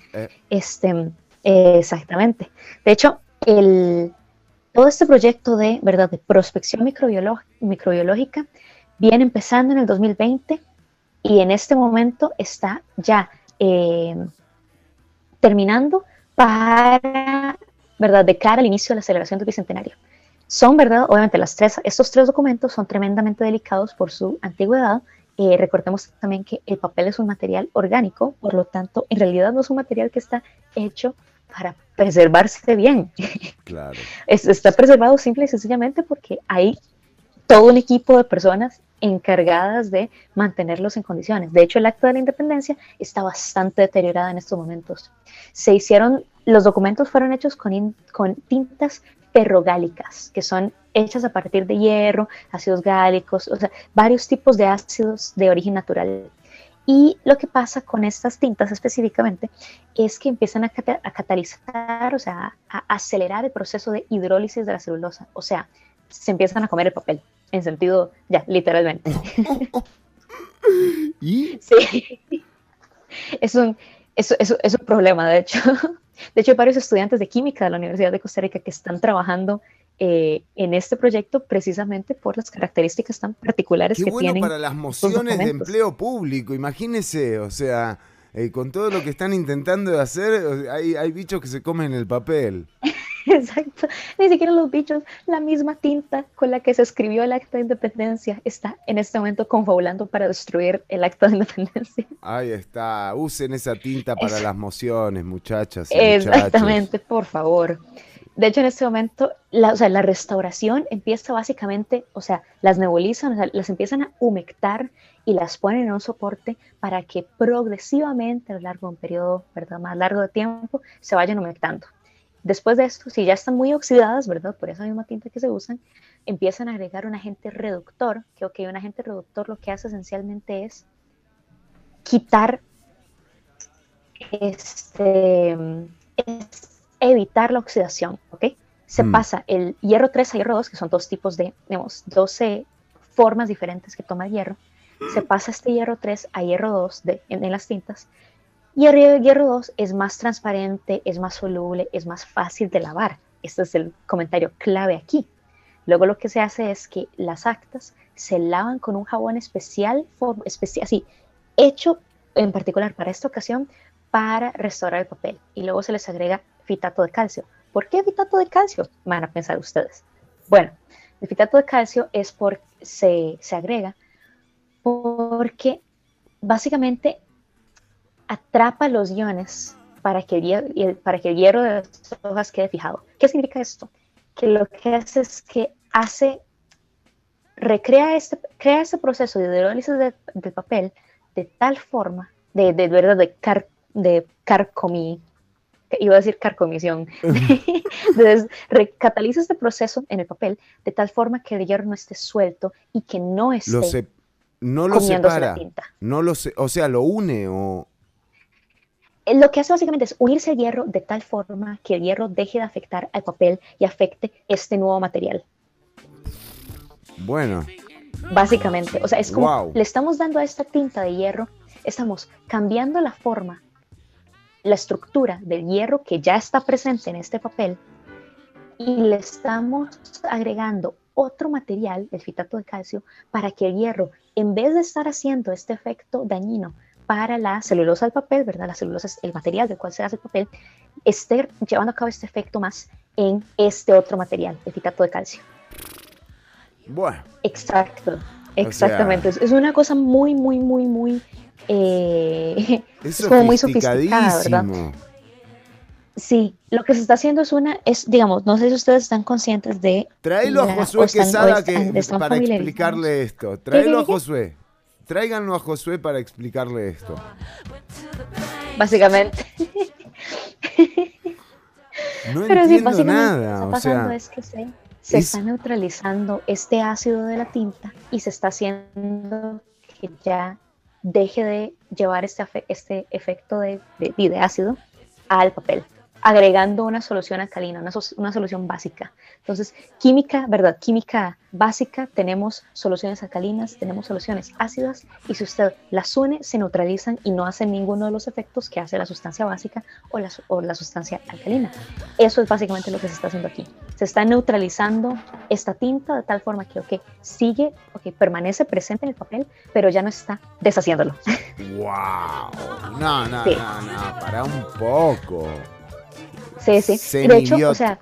Exactamente. De hecho, todo este proyecto de prospección microbiológica viene empezando en el 2020 y en este momento está ya terminando de cara al inicio de la celebración del Bicentenario. son, ¿verdad? Obviamente estos tres documentos son tremendamente delicados por su antigüedad. Recordemos también que el papel es un material orgánico, por lo tanto, en realidad no es un material que está hecho para preservarse bien. Claro. Está preservado simple y sencillamente porque hay todo un equipo de personas encargadas de mantenerlos en condiciones. De hecho, el Acta de la Independencia está bastante deteriorada en estos momentos. Los documentos fueron hechos con tintas ferrogálicas, que son hechas a partir de hierro, ácidos gálicos, o sea, varios tipos de ácidos de origen natural. Y lo que pasa con estas tintas específicamente es que empiezan a catalizar, o sea, a acelerar el proceso de hidrólisis de la celulosa, o sea, se empiezan a comer el papel, en sentido, ya, literalmente. ¿Y? Sí, es un problema, de hecho. De hecho, hay varios estudiantes de química de la Universidad de Costa Rica que están trabajando en este proyecto precisamente por las características tan particulares Qué que bueno tienen. para las mociones de empleo público, imagínese, o sea, con todo lo que están intentando hacer, hay bichos que se comen el papel. Exacto, ni siquiera los bichos, la misma tinta con la que se escribió el Acta de Independencia está en este momento confabulando para destruir el Acta de Independencia. Ahí está, usen esa tinta para las mociones, muchachas y exactamente, muchachos. por favor. De hecho, en este momento, la restauración empieza básicamente, o sea, las nebulizan, o sea, las empiezan a humectar y las ponen en un soporte para que progresivamente a lo largo de un periodo, ¿verdad?, más largo de tiempo se vayan humectando. Después de esto, si ya están muy oxidadas, ¿verdad?, por esa misma tinta que se usan, empiezan a agregar un agente reductor, que un agente reductor lo que hace esencialmente es quitar, evitar la oxidación, ¿ok? Se pasa el hierro 3 a hierro 2, que son dos tipos de, digamos, 12 formas diferentes que toma el hierro. Se pasa este hierro 3 a hierro 2 en las tintas. Y el hierro 2 es más transparente, es más soluble, es más fácil de lavar. Este es el comentario clave aquí. Luego lo que se hace es que las actas se lavan con un jabón especial, así, hecho en particular para esta ocasión para restaurar el papel. Y luego se les agrega fitato de calcio. ¿Por qué fitato de calcio? Van a pensar ustedes. Bueno, el fitato de calcio se agrega porque básicamente atrapa los iones para que el hierro de las hojas quede fijado. ¿Qué significa esto? Que lo que hace es que crea este proceso de hidrólisis del papel de tal forma, de carcomición. Entonces, cataliza este proceso en el papel de tal forma que el hierro no esté suelto y que no esté no lo separa, la tinta. O sea, lo une o... Lo que hace básicamente es unirse al hierro de tal forma que el hierro deje de afectar al papel y afecte este nuevo material. Bueno. Básicamente, o sea, es como le estamos dando a esta tinta de hierro, estamos cambiando la forma, la estructura del hierro que ya está presente en este papel y le estamos agregando otro material, el fitato de calcio, para que el hierro, en vez de estar haciendo este efecto dañino para la celulosa del papel, ¿verdad? La celulosa es el material del cual se hace el papel, esté llevando a cabo este efecto más en este otro material, el fitato de calcio. Bueno. Exacto, exactamente. O sea, es una cosa muy es como muy sofisticada, ¿verdad? Sí, lo que se está haciendo digamos, no sé si ustedes están conscientes de... Tráelo a Josué Quesada para explicarle esto. Tráelo a Josué. Tráiganlo a Josué para explicarle esto. Básicamente. No Pero entiendo sí, nada. Lo que está pasando es que se está neutralizando este ácido de la tinta y se está haciendo que ya deje de llevar este efecto de ácido al papel, agregando una solución alcalina, una solución básica. Entonces, química básica, tenemos soluciones alcalinas, tenemos soluciones ácidas, y si usted las une, se neutralizan y no hacen ninguno de los efectos que hace la sustancia básica o la sustancia alcalina. Eso es básicamente lo que se está haciendo aquí. Se está neutralizando esta tinta de tal forma que, permanece presente en el papel, pero ya no está deshaciéndolo. ¡Wow! No, para un poco. Sí. De hecho, o sea,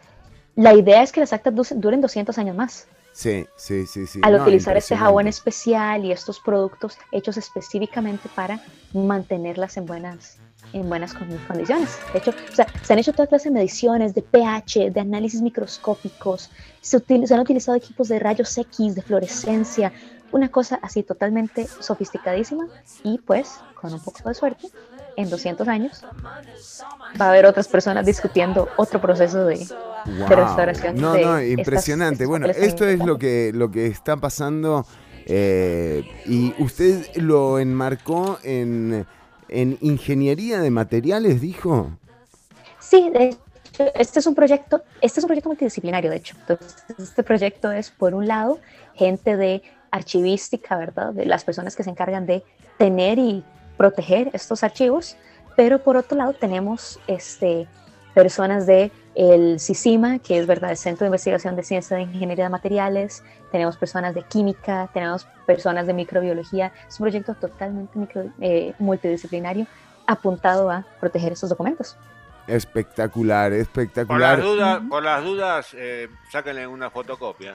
la idea es que las actas duren 200 años más. Sí. Al No, utilizar este jabón impresionante. especial y estos productos hechos específicamente para mantenerlas en buenas condiciones. De hecho, o sea, se han hecho toda clase de mediciones de pH, de análisis microscópicos, se han utilizado equipos de rayos X, de fluorescencia, una cosa así totalmente sofisticadísima, y pues, con un poco de suerte, en 200 años va a haber otras personas discutiendo otro proceso de restauración. No, impresionante. Bueno, esto es lo que está pasando, y usted lo enmarcó en ingeniería de materiales, dijo. Sí, de hecho, este es un proyecto multidisciplinario, de hecho. Entonces, este proyecto es, por un lado, gente de archivística, ¿verdad? De las personas que se encargan de tener y proteger estos archivos, pero por otro lado tenemos personas de el CICIMA, que es, ¿verdad?, el Centro de Investigación de Ciencia de Ingeniería de Materiales, tenemos personas de química, tenemos personas de microbiología. Es un proyecto totalmente multidisciplinario apuntado a proteger estos documentos. Espectacular. Por las dudas, sáquenle una fotocopia.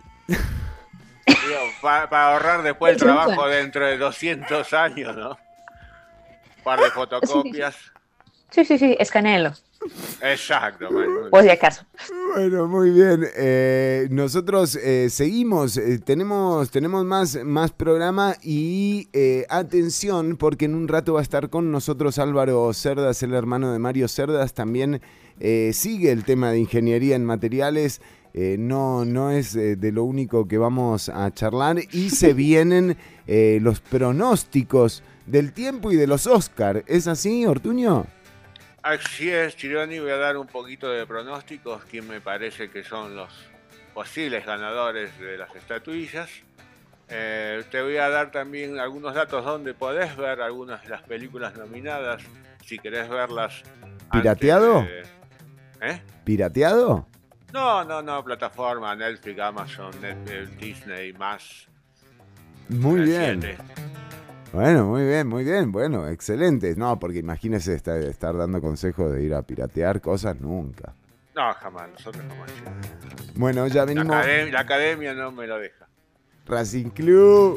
Para ahorrar después el trabajo dentro de 200 años, ¿no? Un par de fotocopias. Sí, escanéenlo. Exacto. Por si acaso. Bueno, muy bien. Nosotros seguimos. Tenemos más programa y atención, porque en un rato va a estar con nosotros Álvaro Cerdas, el hermano de Mario Cerdas. También sigue el tema de ingeniería en materiales. No es de lo único que vamos a charlar, y se vienen los pronósticos del tiempo y de los Oscar. ¿Es así, Ortuño? Así es, Chironi. Voy a dar un poquito de pronósticos, quién me parece que son los posibles ganadores de las estatuillas. Te voy a dar también algunos datos donde podés ver algunas de las películas nominadas, si querés verlas. ¿Pirateado? ¿Pirateado? No, plataforma, Netflix, Amazon, Disney, más. Muy bien. 7. Bueno, muy bien. Bueno, excelente. No, porque imagínese estar dando consejos de ir a piratear cosas, nunca. No, jamás, nosotros jamás. Bueno, ya venimos. La academia no me lo deja. Racing Club.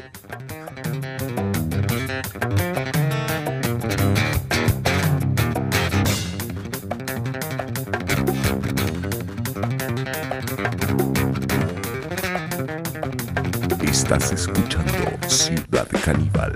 Estás escuchando Ciudad Caníbal.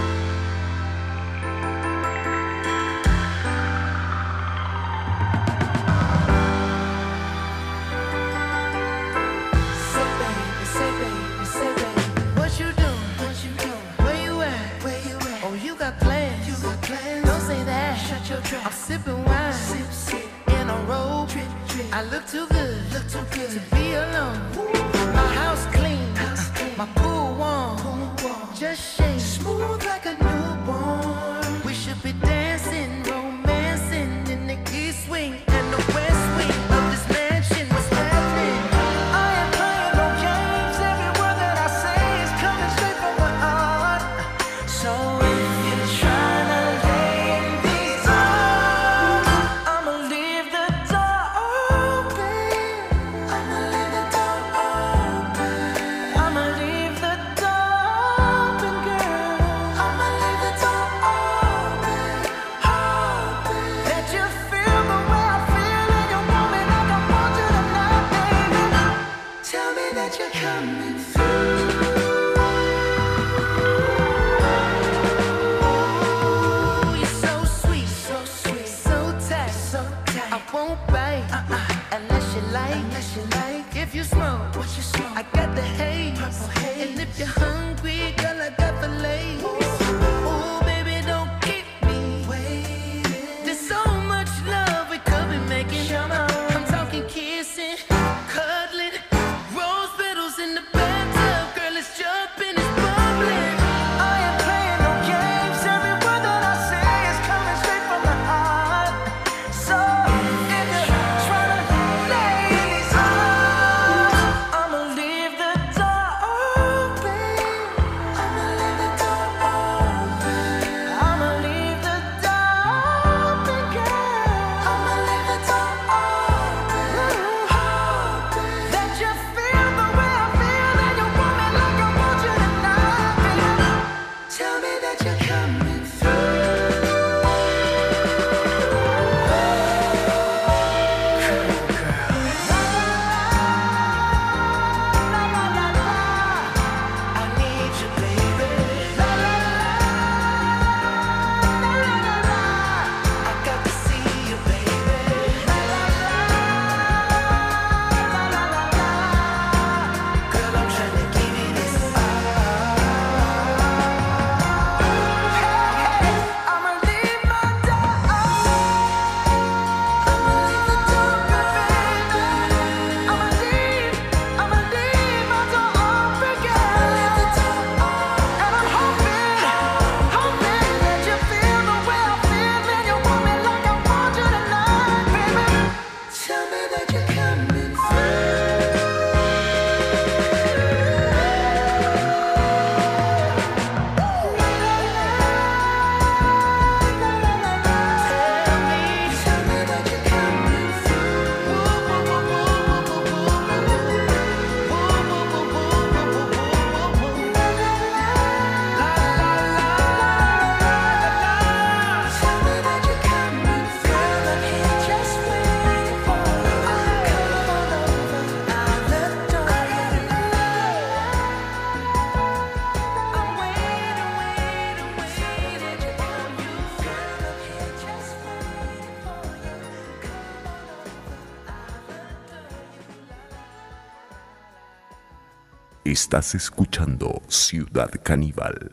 I'm sipping wine in a robe. I look too good to be alone. My house clean, my pool warm. Just shake smooth like a newborn. We should be dancing, romancing in the east wing and the west wing of this mansion. What's happening? I am playing no games. Every word that I say is coming straight from my heart. So if you're trying to lay in these arms, I'ma leave the door open. I'ma leave the door open. I'ma leave the door open, girl. I'ma leave the door open, open. Let you feel the way I feel, and you want me like I want you tonight, baby. Tell me that you're coming through. You're so sweet, so tight, I won't bite unless you like. If you smoke, I got the haze. And if you're hungry, girl, I got the lace. Oh, baby, don't keep me waiting. There's so much love we could be making. I'm talking kissing, cuddling, rose petals in the bathtub. Girl, it's jumping, it's bubbling. I ain't playing no games. Every word that I say is coming straight from the heart. So if you're trying to lay in these arms, I'ma leave the door open. I'ma leave the door open. that you're coming Estás escuchando Ciudad Caníbal.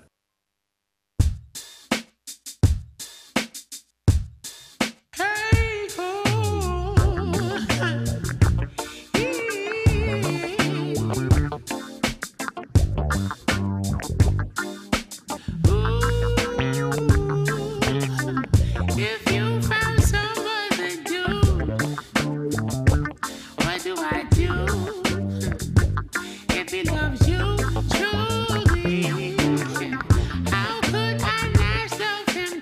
If you found someone to do, what do I do? If he loves you truly, how could I not love him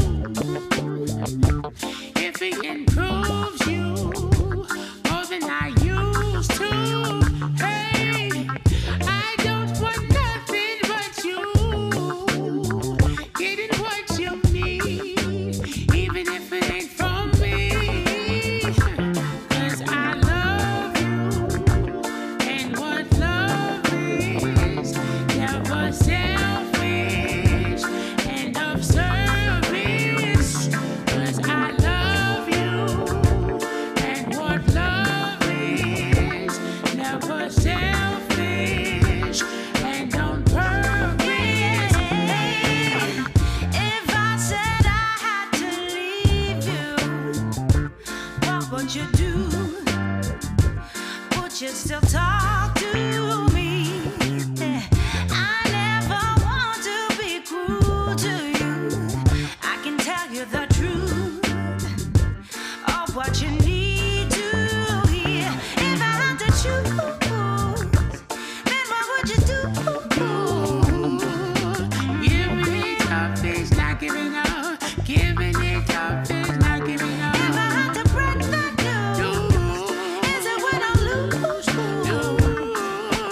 too? If he improves you more than I used to, hey, I don't want nothing but you, getting what you need, even if it ain't from me, 'cause I love you, and what love is, never selfish and of service, 'cause I love you, and what love is, never selfish and on purpose. If I said I had to leave you, what would you do? Would you still talk to me? I never want to be cruel to you. I can tell you the truth of what you need to hear. If I had to choose, then what would you do? Giving it up is not giving up. Giving it up is not giving up. If I had to break the news, is it when I lose?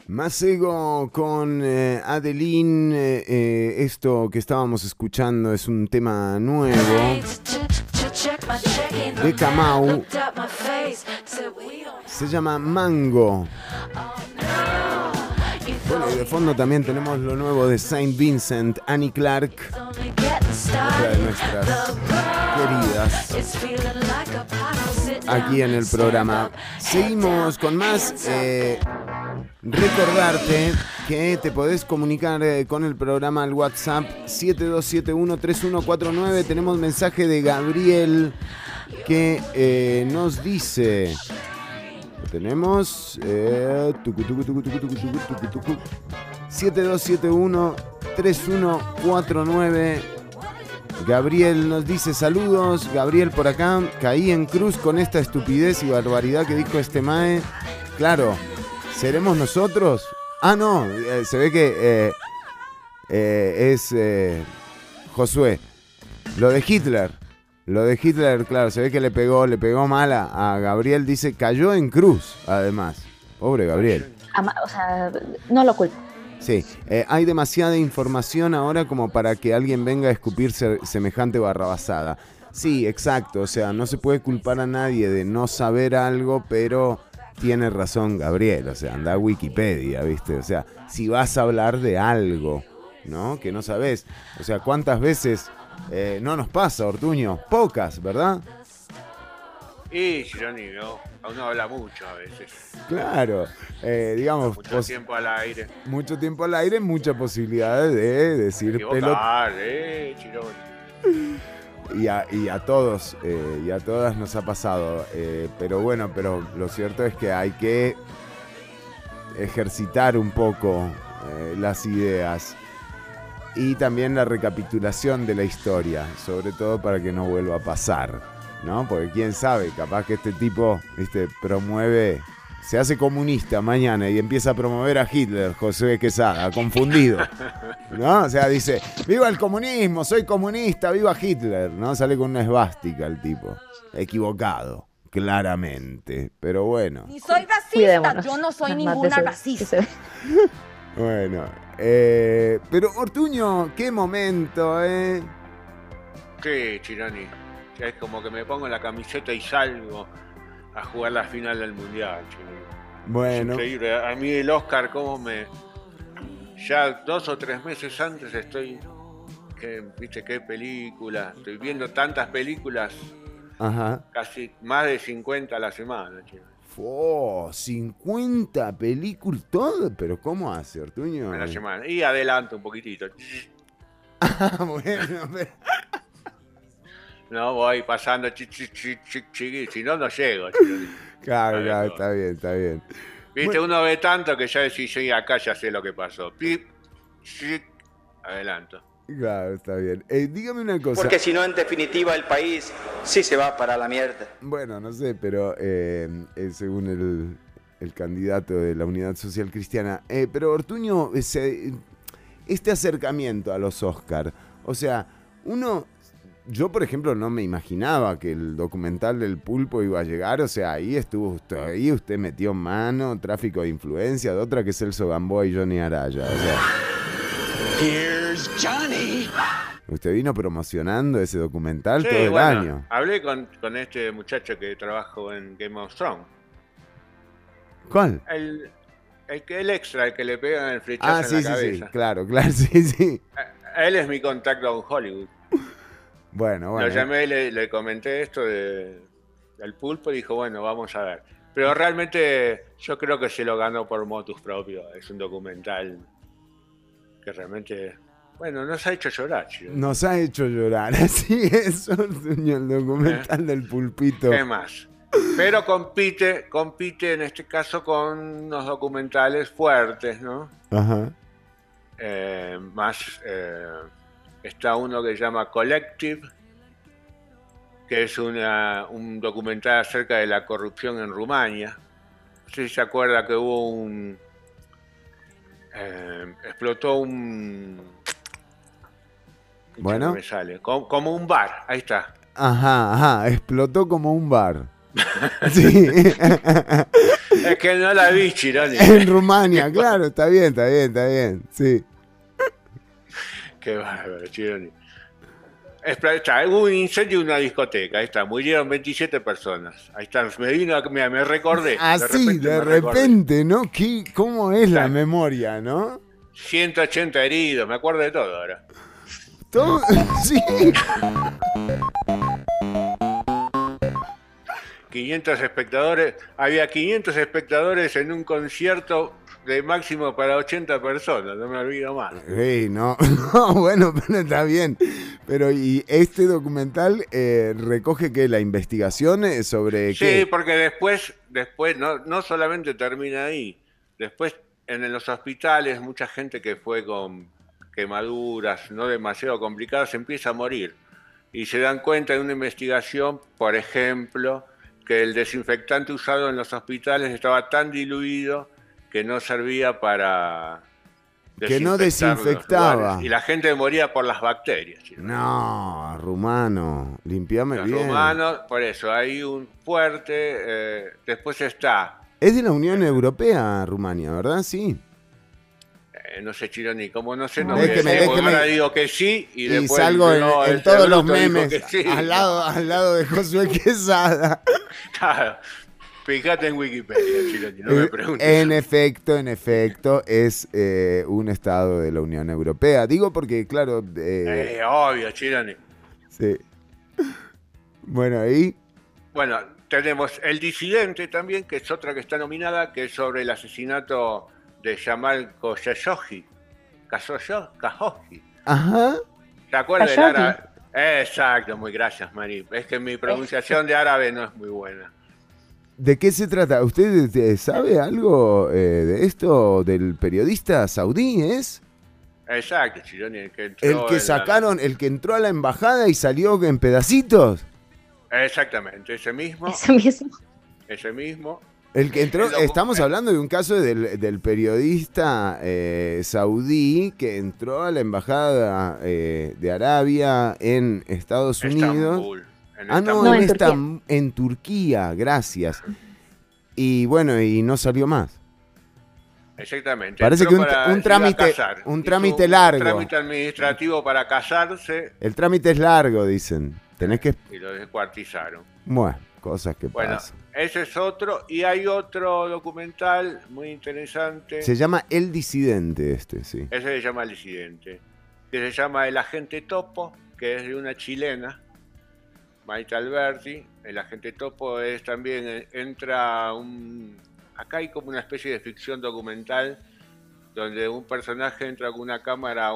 Masego con Adeline. Esto que estábamos escuchando es un tema nuevo de Kamau. Se llama Mango. Bueno, y de fondo también tenemos lo nuevo de Saint Vincent, Annie Clark, otra de nuestras queridas, aquí en el programa. Seguimos con más. Recordarte que te podés comunicar con el programa al WhatsApp 72713149. Tenemos mensaje de Gabriel que nos dice... Tenemos 7271-3149. Gabriel nos dice saludos. Gabriel por acá. Caí en cruz con esta estupidez y barbaridad que dijo este mae. Claro, ¿seremos nosotros? Ah, no, se ve que es Josué. Lo de Hitler, claro, se ve que le pegó mal a Gabriel, dice, cayó en cruz, además. Pobre Gabriel. O sea, no lo culpo. Sí, hay demasiada información ahora como para que alguien venga a escupir semejante barrabasada. Sí, exacto, o sea, no se puede culpar a nadie de no saber algo, pero tiene razón Gabriel, o sea, anda a Wikipedia, ¿viste? O sea, si vas a hablar de algo, ¿no? Que no sabés, o sea, ¿cuántas veces... no nos pasa, Ortuño? Pocas, ¿verdad? Y Gironi, ¿no? Uno habla mucho a veces. Claro, digamos... Mucho tiempo al aire. Mucho tiempo al aire, muchas posibilidades de decir pelota. Gironi. Y a todos y a todas nos ha pasado. Pero bueno, pero lo cierto es que hay que ejercitar un poco las ideas. Y también la recapitulación de la historia, sobre todo para que no vuelva a pasar, ¿no? Porque quién sabe, capaz que este tipo, ¿viste? Promueve, se hace comunista mañana y empieza a promover a Hitler, José Quesada, confundido, ¿no? O sea, dice, ¡viva el comunismo! ¡Soy comunista! ¡Viva Hitler! ¿No? Sale con una esvástica el tipo, equivocado, claramente, pero bueno. Ni soy racista, yo no soy ninguna racista. Bueno, pero Ortuño, qué momento, Sí, Chironi. Es como que me pongo la camiseta y salgo a jugar la final del Mundial, Chironi. Bueno. Es increíble. A mí el Oscar, como me... Ya 2 o 3 meses antes estoy... ¿Viste qué película? Estoy viendo tantas películas. Ajá. Casi más de 50 a la semana, Chironi. 50 películas, todo, pero ¿cómo hace, Ortuño? En la semana. Y adelanto un poquitito. Bueno, pero... No, voy pasando si no, no llego. Claro, está bien. Viste, bueno. Uno ve tanto que ya decís, sí, acá ya sé lo que pasó. Adelanto. Claro, está bien. Dígame una cosa. Porque si no, en definitiva, el país sí se va para la mierda. Bueno, no sé, pero según el candidato de la Unidad Social Cristiana. Pero Ortuño, este acercamiento a los Oscar, o sea, yo por ejemplo no me imaginaba que el documental del Pulpo iba a llegar, o sea, ahí usted metió mano, tráfico de influencia, de otra que Celso Gamboa y Johnny Araya, o sea... Here's Johnny. Usted vino promocionando ese documental todo el año. Hablé con este muchacho que trabajó en Game of Thrones. ¿Cuál? El extra, el que le pegan el flechazo en la cabeza. Sí, claro, sí. Él es mi contacto en Hollywood. Bueno. Lo llamé y le comenté esto del Pulpo y dijo, bueno, vamos a ver. Pero realmente yo creo que se lo ganó por motus propio. Es un documental que realmente, bueno, nos ha hecho llorar, chico. Nos ha hecho llorar, así es, el documental del Pulpito. ¿Qué más? Pero compite en este caso con unos documentales fuertes, ¿no? Ajá. Está uno que se llama Collective, que es un documental acerca de la corrupción en Rumania. No sé si se acuerda que hubo explotó un... Bueno. No me sale. Como un bar, ahí está. Ajá, explotó como un bar. Sí. Es que no la vi, Chironi. En Rumania, claro, está bien, sí. Qué bárbaro, Chironi. Hubo un incendio en una discoteca, ahí está, murieron 27 personas. Ahí está, me recordé. Así, de repente, ¿no? ¿Cómo es la memoria, no? 180 heridos, me acuerdo de todo ahora. ¿Todo? Sí. 500 espectadores, había 500 espectadores en un concierto de máximo para 80 personas, no me olvido más. No, bueno, pero está bien. Pero ¿y este documental recoge que la investigación sobre qué? Sí, porque después no solamente termina ahí, después en los hospitales mucha gente que fue con quemaduras no demasiado complicadas empieza a morir y se dan cuenta de una investigación, por ejemplo, que el desinfectante usado en los hospitales estaba tan diluido que no servía para que no desinfectaba. Y la gente moría por las bacterias. ¿Sí? No, rumano, limpiame los bien. Rumanos, por eso, hay un fuerte, después está... Es de la Unión Europea, Rumania, ¿verdad? Sí. No sé, Chironi, como no sé, déjeme. Ahora digo que sí y después salgo en todos los memes sí. al lado de Josué Quesada. Claro. Fíjate en Wikipedia, Chironi, no me preguntes. En efecto, es un estado de la Unión Europea. Digo porque, claro... obvio, Chironi. Sí. Bueno, ahí... Bueno, tenemos El Disidente también, que es otra que está nominada, que es sobre el asesinato de Jamal Khashoggi. Ajá. ¿Te acuerdas del árabe? Exacto, muy gracias, Mari. Es que mi pronunciación de árabe no es muy buena. ¿De qué se trata? ¿Usted sabe algo de esto? ¿Del periodista saudí es? Exacto, Chironi, el que entró el que entró a la embajada y salió en pedacitos. Exactamente, ese mismo. El que entró, estamos hablando de un caso del periodista saudí que entró a la embajada de Arabia en Estados Unidos. En Turquía, gracias. Y bueno, y no salió más. Exactamente. Parece que un trámite largo. Un trámite administrativo para casarse. El trámite es largo, dicen. Y lo descuartizaron. Bueno, cosas que pasan. Ese es otro. Y hay otro documental muy interesante. Se llama El Disidente sí. Ese se llama El Disidente. Que se llama El Agente Topo, que es de una chilena, Maite Alberti. El Agente Topo es también, acá hay como una especie de ficción documental donde un personaje entra con una cámara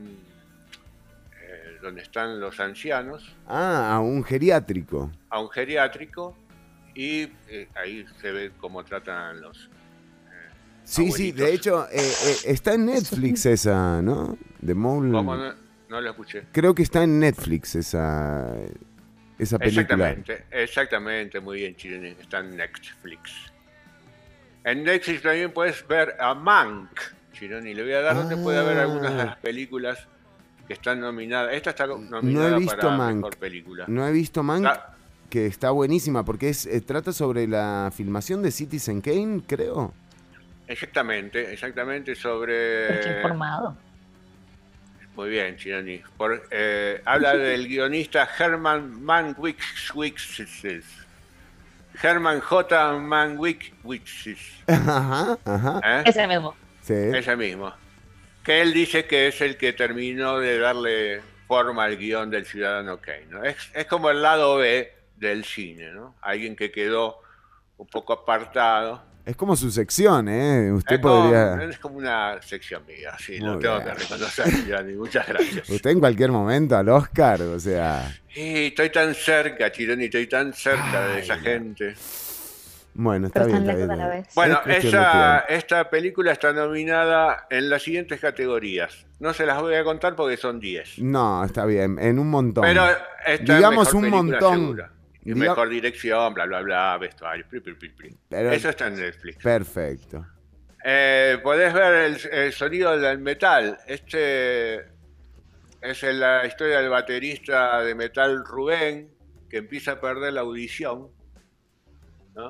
donde están los ancianos. A un geriátrico. Y ahí se ve cómo tratan los sí, de hecho está en Netflix esa, ¿no? The Mole. ¿Cómo no lo escuché? Creo que está en Netflix esa película. Exactamente, muy bien, Chironi, está en Netflix. En Netflix también puedes ver a Mank, Chironi, le voy a dar donde puede haber algunas de las películas que están nominadas. Esta está nominada para mejor película. No he visto Mank, que está buenísima, porque trata sobre la filmación de Citizen Kane, creo. Exactamente, sobre... Qué informado. Muy bien, Chironi. Habla del guionista Herman Mankiewicz. Herman J. Mankiewicz. Ajá. Ese mismo. Sí. Ese mismo. Que él dice que es el que terminó de darle forma al guión del Ciudadano Kane, ¿no? Es como el lado B del cine, ¿no? Alguien que quedó un poco apartado. Es como su sección, ¿eh? Es como una sección mía, sí, lo tengo que reconocer, Chironi. Muchas gracias. Usted en cualquier momento al Oscar, o sea... Sí, estoy tan cerca, Chironi, de esa gente. Bueno, está bien. Bueno, esta película está nominada en las siguientes categorías. No se las voy a contar porque son 10. No, está bien, en un montón. Pero digamos un montón. Segura. Y mejor dirección, bla, bla, bla, vestuario. Eso está en Netflix. Perfecto. Podés ver el sonido del metal. Es la historia del baterista de metal Rubén, que empieza a perder la audición, ¿no?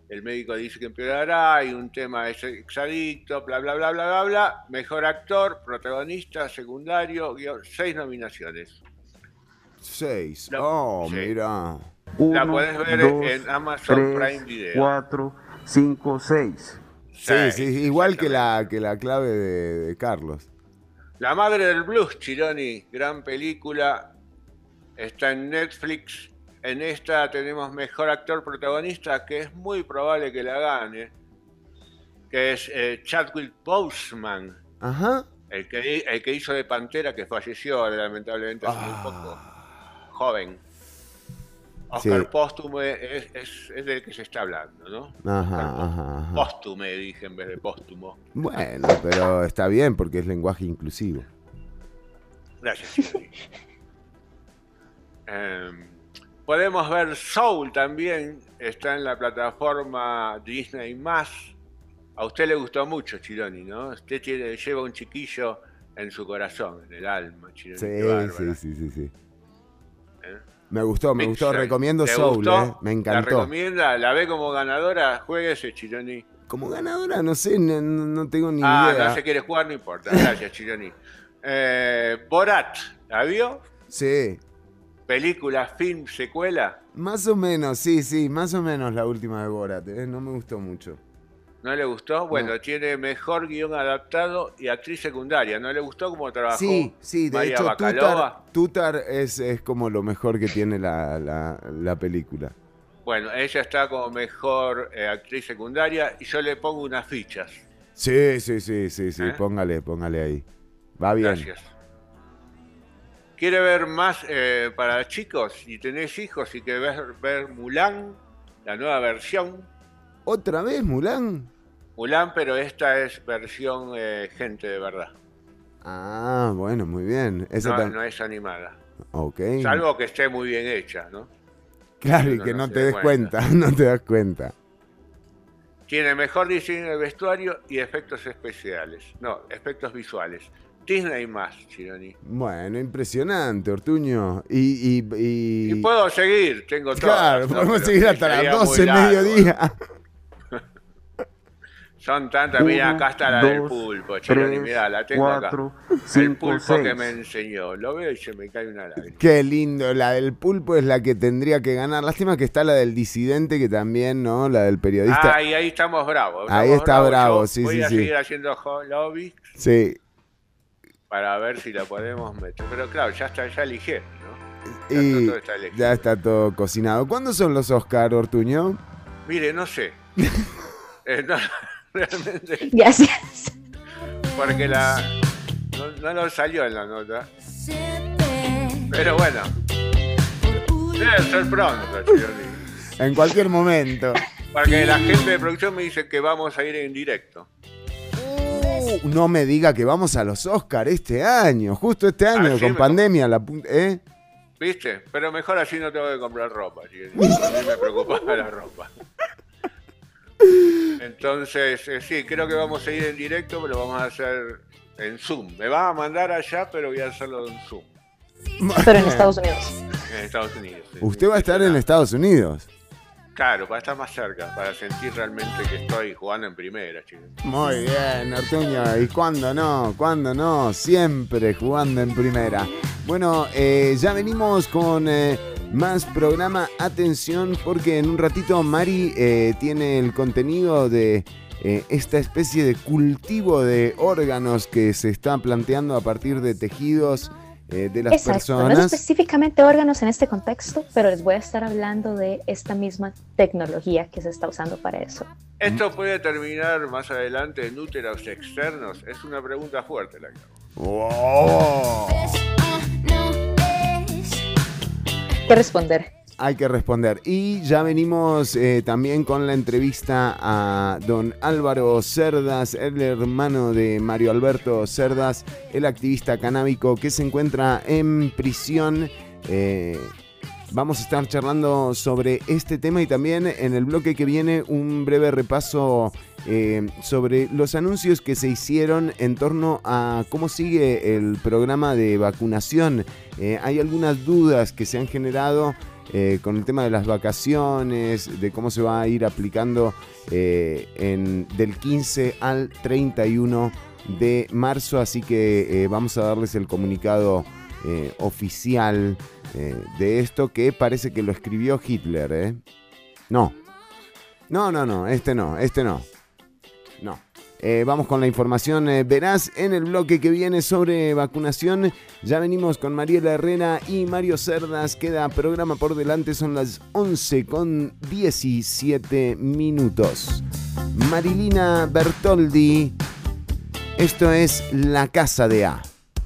el médico dice que empeorará, hay un tema de exadicto, bla, bla, bla, bla, bla, bla. Mejor actor, protagonista, secundario, 6 nominaciones. 6. Sí. Mira. La podés ver en Amazon Prime Video. 4, 5, 6. Sí, igual que la clave de Carlos. La madre del blues, Chironi, gran película, está en Netflix. En esta tenemos mejor actor protagonista, que es muy probable que la gane, que es Chadwick Boseman. Ajá. El que hizo de Pantera, que falleció lamentablemente hace muy poco, joven. Oscar Póstume es del que se está hablando, ¿no? Ajá. Póstume dije en vez de póstumo. Bueno, pero está bien porque es lenguaje inclusivo. Gracias, Chironi. Podemos ver Soul también, está en la plataforma Disney+. A usted le gustó mucho, Chironi, ¿no? Usted lleva un chiquillo en su corazón, en el alma, Chironi. Sí. Me gustó, recomiendo Soul, me encantó. ¿La recomienda? ¿La ve como ganadora? Jueguese, Chironi. Como ganadora, no sé, no tengo ni idea. No se quiere jugar, no importa. Gracias, Chironi. Borat, ¿la vio? Sí. ¿Película, film, secuela? Más o menos, sí, más o menos la última de Borat, no me gustó mucho. ¿No le gustó? Bueno, no. Tiene mejor guión adaptado y actriz secundaria. ¿No le gustó cómo trabajó? Sí, de María hecho Bacalova? Tutar es como lo mejor que tiene la película. Bueno, ella está como mejor actriz secundaria y yo le pongo unas fichas. Sí, póngale ahí. Va bien. Gracias. ¿Quiere ver más para chicos? Si tenés hijos y querés ver Mulan, la nueva versión. ¿Otra vez Mulan? Mulan, pero esta es versión gente de verdad. Ah, bueno, muy bien. No es animada. Ok. Salvo que esté muy bien hecha, ¿no? Claro, y que no te des cuenta, no te das cuenta. Tiene mejor diseño de vestuario y efectos especiales. No, efectos visuales. Disney+, Chironi. Bueno, impresionante, Ortuño. Y puedo seguir, tengo todo. Claro, podemos seguir hasta las 12 del mediodía. Son tantas, mira, acá está la del pulpo, Chironi, mirá, la tengo 4, acá. 5, el pulpo 6. que me enseñó. Lo veo y se me cae una lágrima. Qué lindo, la del pulpo es la que tendría que ganar. Lástima que está la del disidente, que también, ¿no? La del periodista. Ah, y ahí estamos bravos. Ahí está bravo, sí. Voy a seguir haciendo lobby. Sí. Para ver si la podemos meter. Pero claro, ya eligieron, ¿no? Ya está todo cocinado. ¿Cuándo son los Oscar, Ortuño? Mire, no sé. No, realmente. Gracias. Porque no lo salió en la nota. Pero bueno. Debe ser pronto, Chironi. En cualquier momento. Porque la gente de producción me dice que vamos a ir en directo. No me diga que vamos a los Oscar este año, justo este año, con pandemia. ¿Viste? Pero mejor así no tengo que comprar ropa. A mí me preocupaba la ropa. Entonces, sí, creo que vamos a ir en directo, pero lo vamos a hacer en Zoom. Me van a mandar allá, pero voy a hacerlo en Zoom. Pero en Estados Unidos. En Estados Unidos. Sí. ¿Usted va a estar en Estados Unidos? Claro, para estar más cerca, para sentir realmente que estoy jugando en primera, chicos. Muy bien, Ortuño. ¿Y cuándo no? ¿Cuándo no? Siempre jugando en primera. Bueno, ya venimos con más programa. Atención, porque en un ratito Mari tiene el contenido de esta especie de cultivo de órganos que se está planteando a partir de tejidos de las personas. No específicamente órganos en este contexto, pero les voy a estar hablando de esta misma tecnología que se está usando para eso. ¿Esto puede terminar más adelante en úteros externos? Es una pregunta fuerte la que hago. ¡Oh! ¿Qué responder? Hay que responder. Y ya venimos también con la entrevista a don Álvaro Cerdas, el hermano de Mario Alberto Cerdas, el activista canábico que se encuentra en prisión. Vamos a estar charlando sobre este tema y también en el bloque que viene un breve repaso sobre los anuncios que se hicieron en torno a cómo sigue el programa de vacunación. Hay algunas dudas que se han generado con el tema de las vacaciones, de cómo se va a ir aplicando del 15 al 31 de marzo, así que vamos a darles el comunicado oficial de esto, que parece que lo escribió Hitler, No, este no. Vamos con la información veraz en el bloque que viene sobre vacunación. Ya venimos con Mariela Herrera y Mario Cerdas. Queda programa por delante, son las 11:17. Marilina Bertoldi, esto es La Casa de A.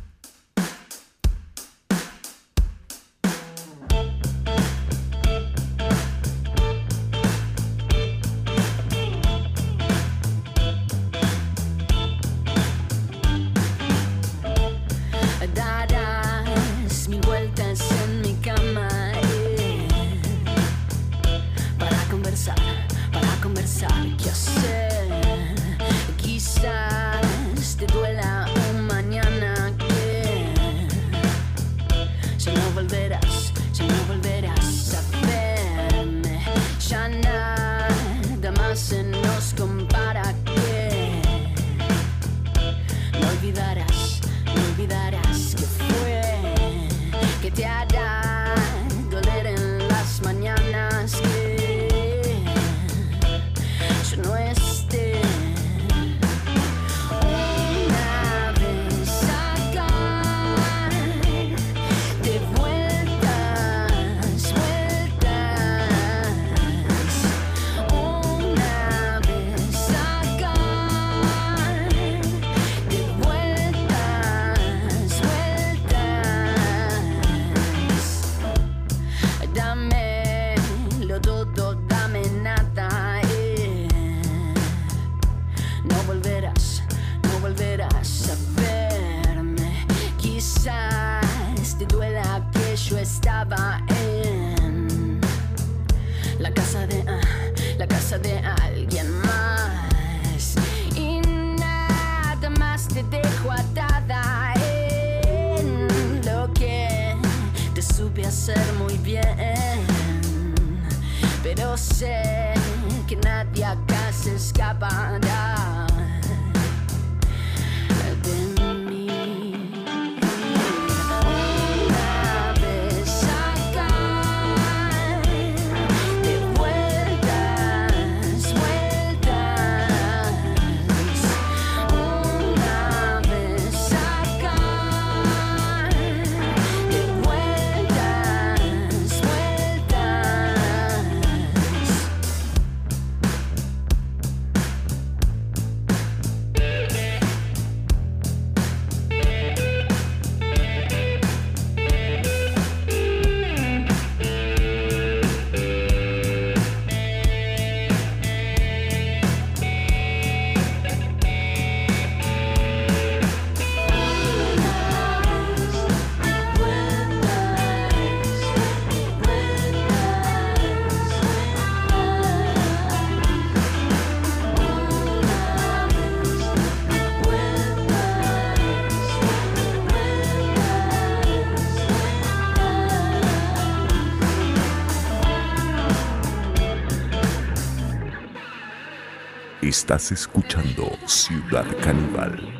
Estás escuchando Ciudad Caníbal.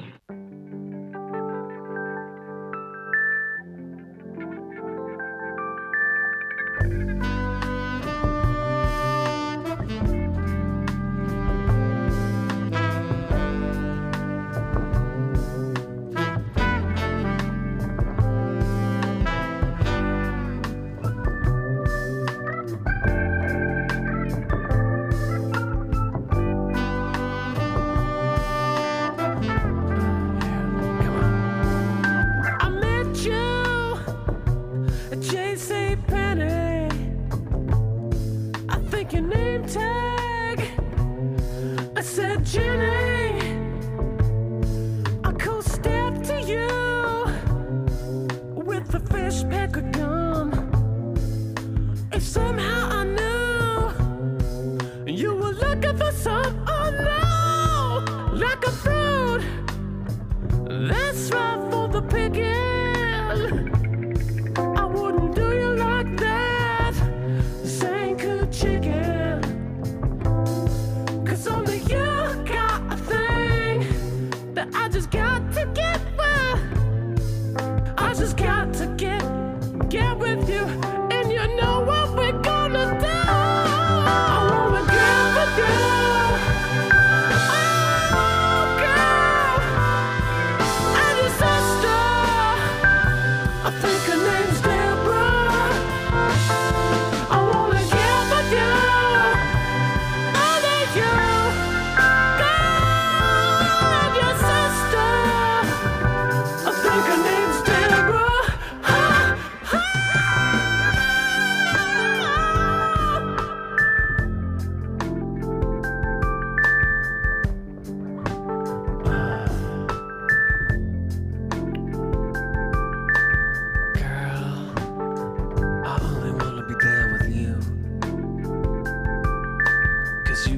I wouldn't do you like that.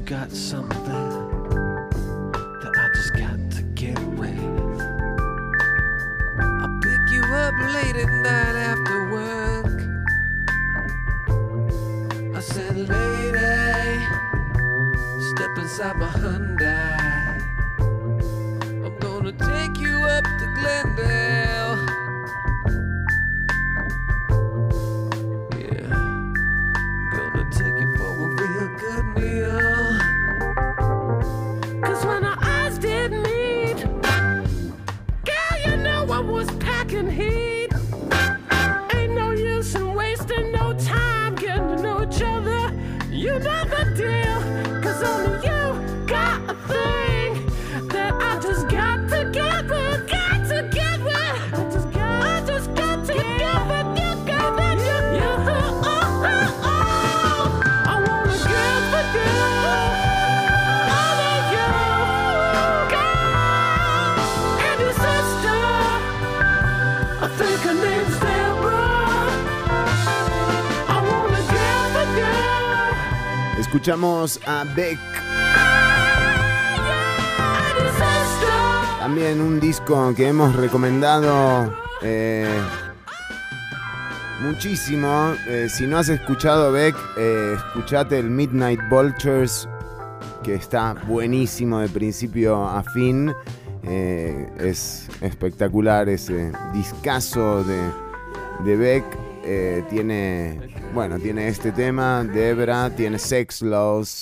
got something that I just got to get with. I'll pick you up late at night after work. I said, lady, step inside my Hyundai. I'm gonna take you up to Glendale. Yeah, gonna take you for a real good meal. 'Cause when our eyes did meet, girl, you know I was packing heat. Ain't no use in wasting no time getting to know each other. You know the deal, 'cause only you got a thing that I just got to get with, got to get with. I just got to get with you, got with you. I wanna get with you, all of you, girl, and your sister. I think her name's Deborah. I wanna get with you. Escuchamos a Beck. También un disco que hemos recomendado muchísimo. Si no has escuchado Beck, escuchate el Midnight Vultures, que está buenísimo de principio a fin. Es espectacular ese discazo de Beck. Tiene este tema, Debra, tiene Sex Laws,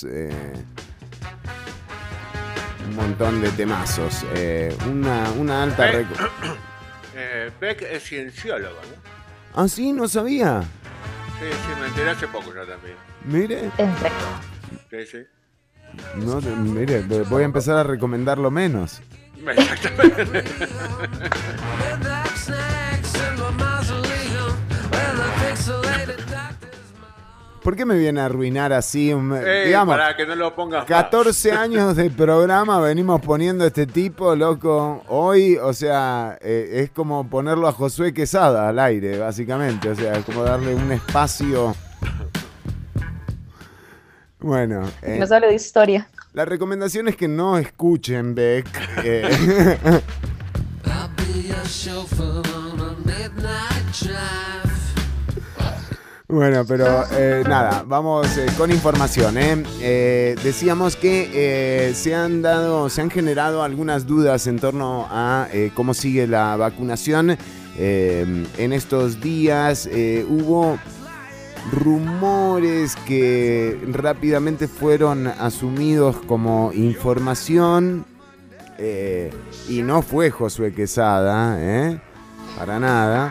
un montón de temazos. Una alta... Beck es cienciólogo, ¿no? ¿Ah, sí? ¿No sabía? Sí, me enteré hace poco yo también. Mire. Sí. No, mire, voy a empezar a recomendarlo menos. Exactamente. ¿Por qué me viene a arruinar así? Digamos, para que no lo pongas 14 más. años de programa venimos poniendo a este tipo, loco. Hoy, o sea, es como ponerlo a Josué Quesada al aire, básicamente. O sea, es como darle un espacio. Bueno. No solo de historia. La recomendación es que no escuchen Beck. Bueno, pero nada, vamos con información. Decíamos que se han generado algunas dudas en torno a cómo sigue la vacunación. En estos días hubo rumores que rápidamente fueron asumidos como información, y no fue Josué Quesada, para nada.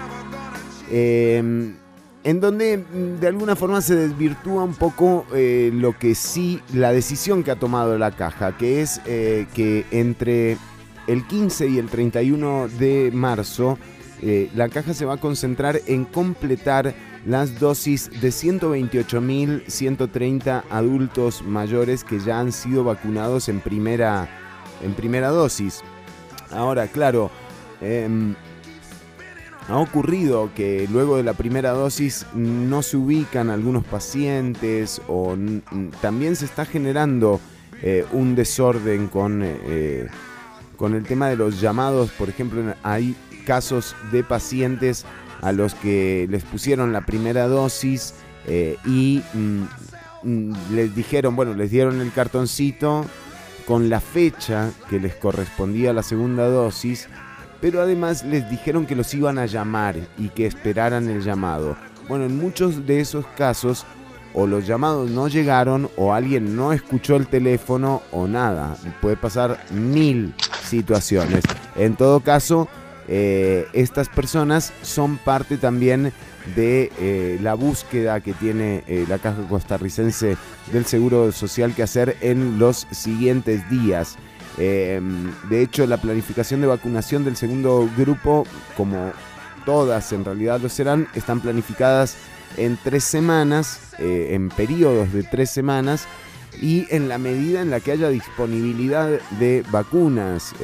En donde de alguna forma se desvirtúa un poco lo que sí, la decisión que ha tomado la caja, que es que entre el 15 y el 31 de marzo la caja se va a concentrar en completar las dosis de 128.130 adultos mayores que ya han sido vacunados en primera dosis. Ahora, claro, ha ocurrido que luego de la primera dosis no se ubican algunos pacientes, o también se está generando un desorden con el tema de los llamados. Por ejemplo, hay casos de pacientes a los que les pusieron la primera dosis y les dijeron, les dieron el cartoncito con la fecha que les correspondía a la segunda dosis, pero además les dijeron que los iban a llamar y que esperaran el llamado. Bueno, en muchos de esos casos, o los llamados no llegaron, o alguien no escuchó el teléfono, o nada. Puede pasar 1000 situaciones. En todo caso, estas personas son parte también de la búsqueda que tiene la Caja Costarricense del Seguro Social que hacer en los siguientes días. De hecho, la planificación de vacunación del segundo grupo, como todas en realidad lo serán, están planificadas en 3 semanas, en periodos de 3 semanas, y en la medida en la que haya disponibilidad de vacunas.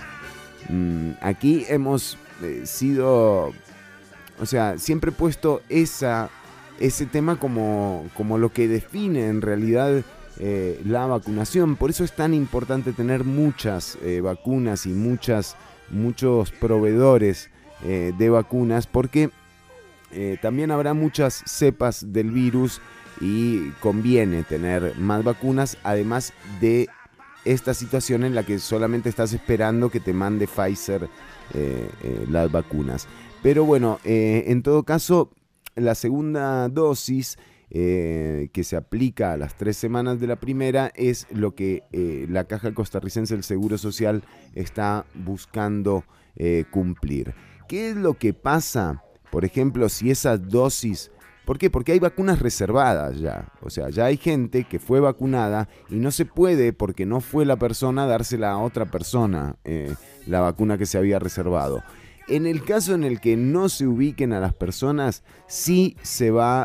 Aquí hemos sido, o sea, siempre he puesto ese tema como lo que define en realidad la vacunación. Por eso es tan importante tener muchas vacunas y muchos proveedores de vacunas, porque también habrá muchas cepas del virus y conviene tener más vacunas, además de esta situación en la que solamente estás esperando que te mande Pfizer las vacunas. Pero bueno, en todo caso, la segunda dosis que se aplica a las 3 semanas de la primera es lo que la Caja Costarricense del Seguro Social está buscando cumplir. ¿Qué es lo que pasa, por ejemplo, si esas dosis... ¿Por qué? Porque hay vacunas reservadas ya. O sea, ya hay gente que fue vacunada y no se puede, porque no fue la persona, dársela a otra persona la vacuna que se había reservado. En el caso en el que no se ubiquen a las personas, sí se van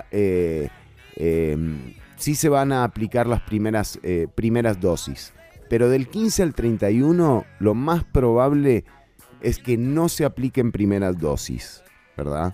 a aplicar las primeras dosis. Pero del 15 al 31, lo más probable es que no se apliquen primeras dosis, ¿verdad?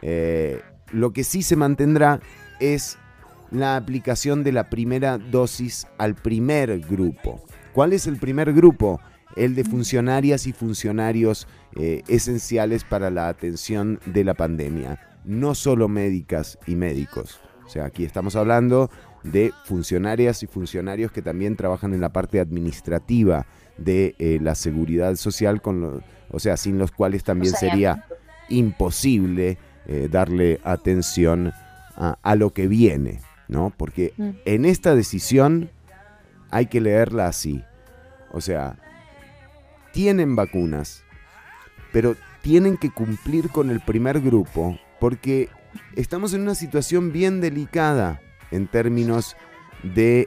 Lo que sí se mantendrá es la aplicación de la primera dosis al primer grupo. ¿Cuál es el primer grupo? El de funcionarias y funcionarios esenciales para la atención de la pandemia, no solo médicas y médicos. O sea, aquí estamos hablando de funcionarias y funcionarios que también trabajan en la parte administrativa de la seguridad social, sin los cuales también sería imposible darle atención a lo que viene, ¿no? Porque en esta decisión hay que leerla así. O sea, tienen vacunas, pero tienen que cumplir con el primer grupo, porque estamos en una situación bien delicada en términos de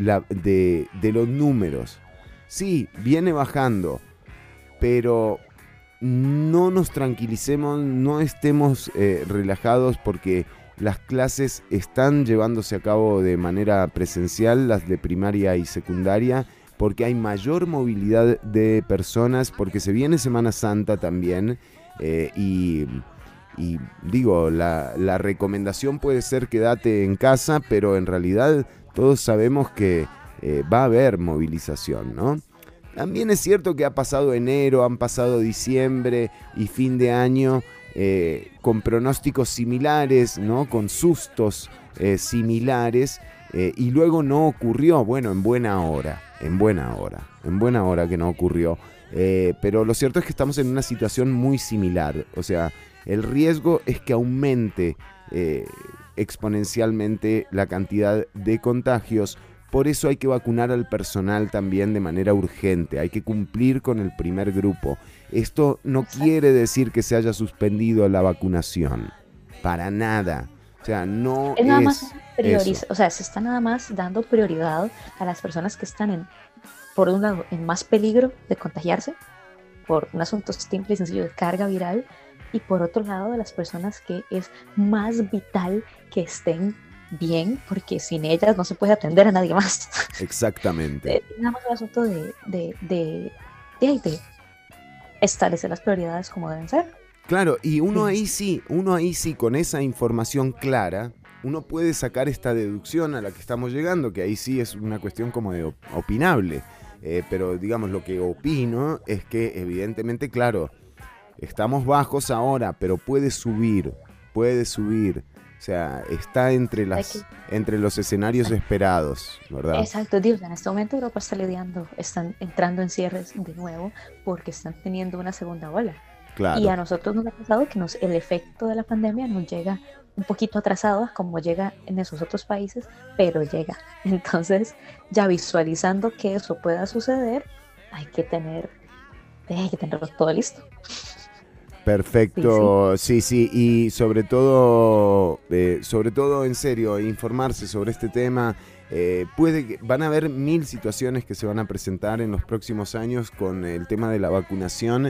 los números. Sí, viene bajando, pero no nos tranquilicemos, no estemos relajados, porque las clases están llevándose a cabo de manera presencial, las de primaria y secundaria, porque hay mayor movilidad de personas, porque se viene Semana Santa también, y digo, la recomendación puede ser quédate en casa, pero en realidad todos sabemos que va a haber movilización, ¿no? También es cierto que ha pasado enero, han pasado diciembre y fin de año con pronósticos similares, ¿no? Con sustos similares, y luego no ocurrió. Bueno, en buena hora que no ocurrió. Pero lo cierto es que estamos en una situación muy similar. O sea, el riesgo es que aumente exponencialmente la cantidad de contagios. Por eso hay que vacunar al personal también de manera urgente. Hay que cumplir con el primer grupo. Esto no quiere decir que se haya suspendido la vacunación. Para nada. O sea, no es nada más se está nada más dando prioridad a las personas que están por un lado, en más peligro de contagiarse, por un asunto simple y sencillo de carga viral, y por otro lado, a las personas que es más vital que estén bien, porque sin ellas no se puede atender a nadie más. Exactamente. Nada más el asunto de establecer las prioridades como deben ser. Claro, y uno ahí sí, con esa información clara, uno puede sacar esta deducción a la que estamos llegando, que ahí sí es una cuestión como de opinable. Pero digamos, lo que opino es que evidentemente, claro, estamos bajos ahora, pero puede subir. O sea, está entre los escenarios esperados, ¿verdad? Exacto, Dios, en este momento Europa está lidiando, están entrando en cierres de nuevo porque están teniendo una segunda ola. Claro. Y a nosotros nos ha pasado que el efecto de la pandemia nos llega un poquito atrasado, como llega en esos otros países, pero llega. Entonces, ya visualizando que eso pueda suceder, hay que tenerlo todo listo. Perfecto, sí, y sobre todo en serio, informarse sobre este tema. Van a haber 1000 situaciones que se van a presentar en los próximos años con el tema de la vacunación.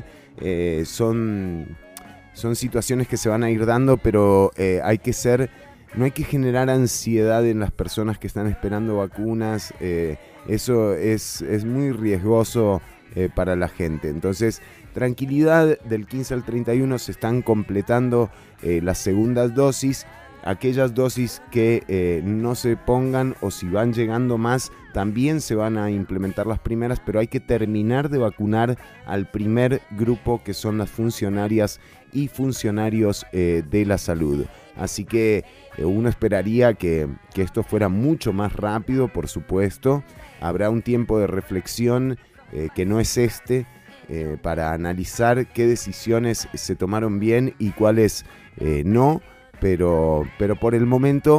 Son situaciones que se van a ir dando, pero no hay que generar ansiedad en las personas que están esperando vacunas. Eso es muy riesgoso para la gente. Entonces, tranquilidad, del 15 al 31 se están completando las segundas dosis. aquellas dosis que no se pongan o si van llegando más, también se van a implementar las primeras, pero hay que terminar de vacunar al primer grupo que son las funcionarias y funcionarios de la salud. Así que uno esperaría que esto fuera mucho más rápido, por supuesto. Habrá un tiempo de reflexión que no es para analizar qué decisiones se tomaron bien y cuáles no, pero por el momento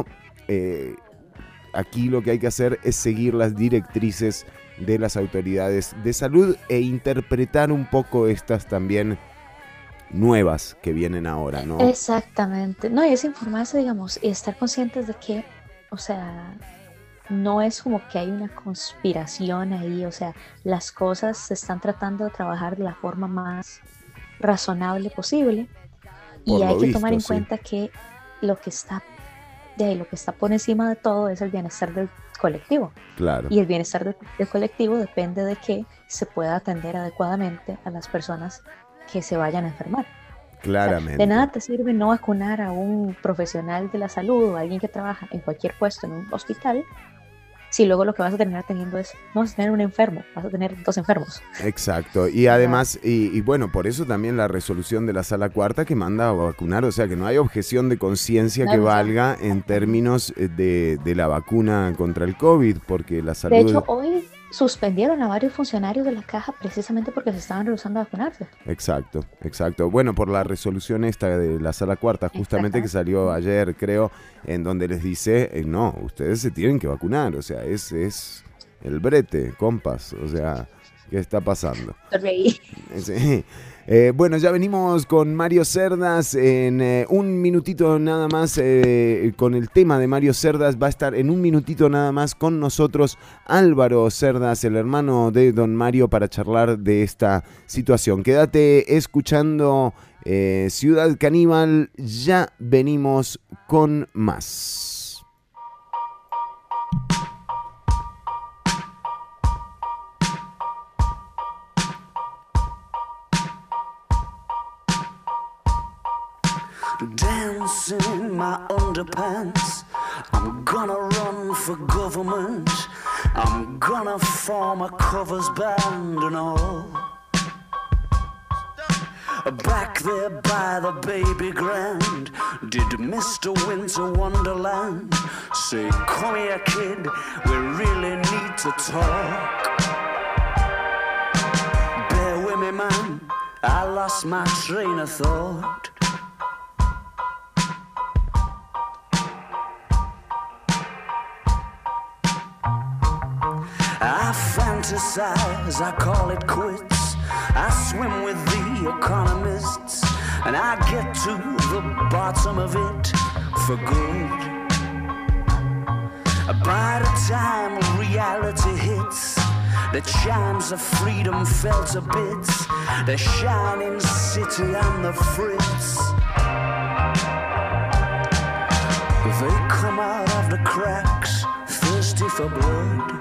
aquí lo que hay que hacer es seguir las directrices de las autoridades de salud e interpretar un poco estas también nuevas que vienen ahora, ¿no? Exactamente. No, y es informarse, digamos, y estar conscientes de que, o sea, no es como que hay una conspiración ahí, o sea, las cosas se están tratando de trabajar de la forma más razonable posible y hay que tomar en cuenta que lo que está por encima de todo es el bienestar del colectivo. Claro. Y el bienestar del colectivo depende de que se pueda atender adecuadamente a las personas que se vayan a enfermar. Claramente. O sea, de nada te sirve no vacunar a un profesional de la salud o a alguien que trabaja en cualquier puesto en un hospital si luego lo que vas a terminar teniendo no vas a tener un enfermo, vas a tener 2 enfermos. Exacto, y además, y bueno, por eso también la resolución de la Sala Cuarta que manda a vacunar, o sea que no hay objeción de conciencia que valga en términos de la vacuna contra el COVID, porque la salud... De hecho, hoy suspendieron a varios funcionarios de la caja precisamente porque se estaban rehusando a vacunarse. Exacto. Bueno, por la resolución esta de la Sala Cuarta, justamente que salió ayer, creo, en donde les dice, no, ustedes se tienen que vacunar, o sea, es el brete, compas, o sea, ¿qué está pasando? Sí. Bueno, ya venimos con Mario Cerdas en un minutito nada más con el tema de Mario Cerdas. Va a estar en un minutito nada más con nosotros Álvaro Cerdas, el hermano de don Mario, para charlar de esta situación. Quédate escuchando Ciudad Caníbal, ya venimos con más. Dancing in my underpants, I'm gonna run for government, I'm gonna form a covers band and all. Back there by the baby grand, did Mr. Winter Wonderland say, come here kid, we really need to talk. Bear with me man, I lost my train of thought. I fantasize, I call it quits. I swim with the economists, and I get to the bottom of it for good. By the time reality hits, the chimes of freedom fell to bits, the shining city on the fritz. They come out of the cracks, thirsty for blood.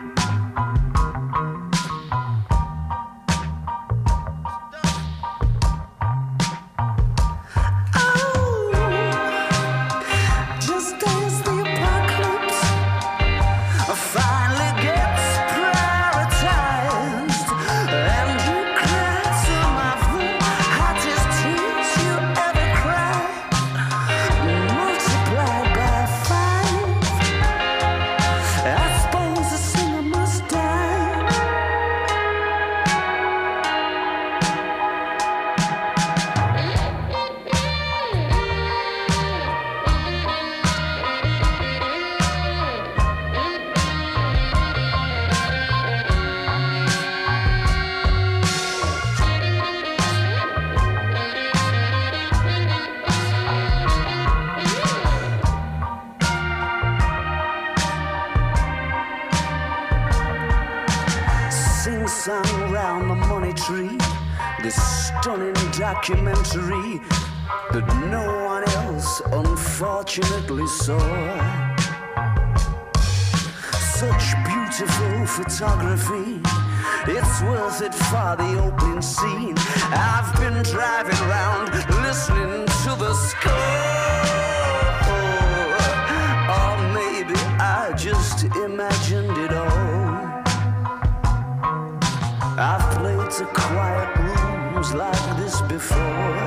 Sing-song round the money tree, this stunning documentary that no one else unfortunately saw. Such beautiful photography, it's worth it for the opening scene. I've been driving round listening to the score. just imagined it all. I've played to quiet rooms like this before.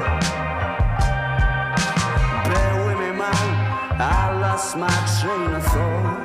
Bear with me, man, I lost my train of thought.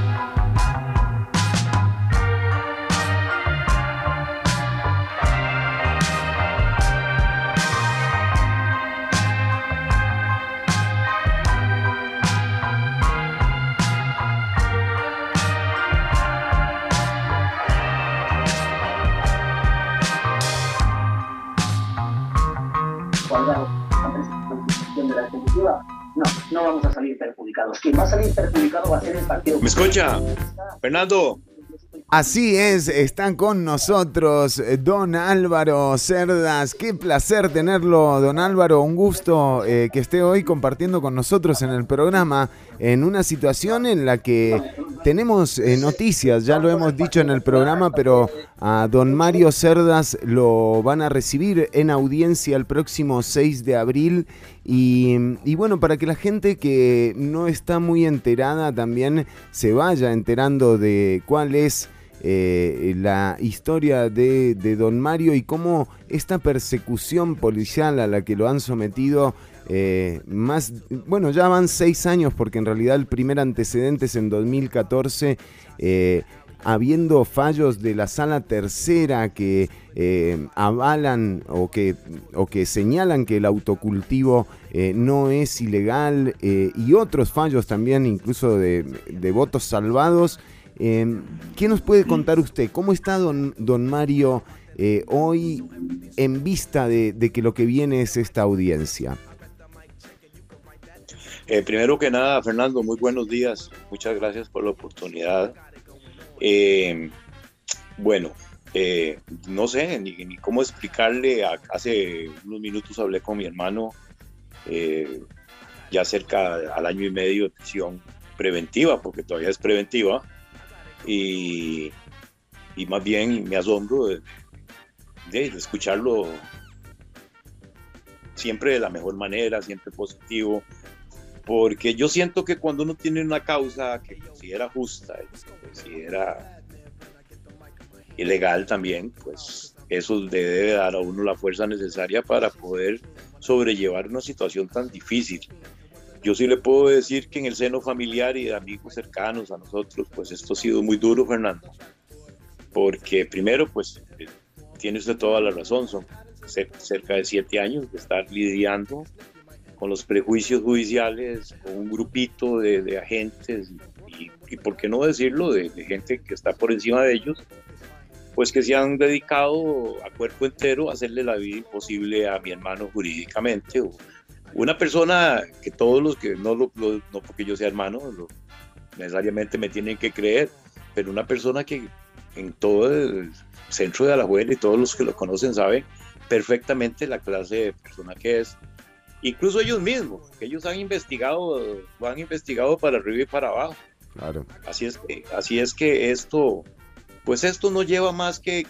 No vamos a salir perjudicados. Quien va a salir perjudicado va a ser el partido. ¿Me escucha, Fernando? Así es, está con nosotros don Álvaro Cerdas. Qué placer tenerlo, don Álvaro. Un gusto que esté hoy compartiendo con nosotros en el programa en una situación en la que tenemos noticias. Ya lo hemos dicho en el programa, pero a don Mario Cerdas lo van a recibir en audiencia el próximo 6 de abril. Y bueno, para que la gente que no está muy enterada también se vaya enterando de cuál es la historia de don Mario y cómo esta persecución policial a la que lo han sometido ya van 6 años, porque en realidad el primer antecedente es en 2014, habiendo fallos de la Sala Tercera que avalan o que señalan que el autocultivo no es ilegal, y otros fallos también, incluso de votos salvados. ¿Qué nos puede contar usted? ¿Cómo está don Mario hoy en vista de que lo que viene es esta audiencia? Primero que nada, Fernando, muy buenos días. Muchas gracias por la oportunidad. No sé ni cómo explicarle. Hace unos minutos hablé con mi hermano, ya cerca al año y medio de prisión preventiva, porque todavía es preventiva, y más bien me asombro de escucharlo siempre de la mejor manera, siempre positivo, porque yo siento que cuando uno tiene una causa que considera justa y que considera ilegal también, pues eso debe dar a uno la fuerza necesaria para poder sobrellevar una situación tan difícil. Yo sí le puedo decir que en el seno familiar y de amigos cercanos a nosotros, pues esto ha sido muy duro, Fernando, porque primero, pues tiene usted toda la razón, son cerca de 7 años de estar lidiando con los prejuicios judiciales, con un grupito de agentes y por qué no decirlo, de gente que está por encima de ellos, pues que se han dedicado a cuerpo entero a hacerle la vida imposible a mi hermano jurídicamente. Una persona que todos los que, no porque yo sea hermano, necesariamente me tienen que creer, pero una persona que en todo el centro de Alajuela y todos los que lo conocen saben perfectamente la clase de persona que es. Incluso ellos mismos, que ellos han investigado para arriba y para abajo. Claro. Así es que esto no lleva más que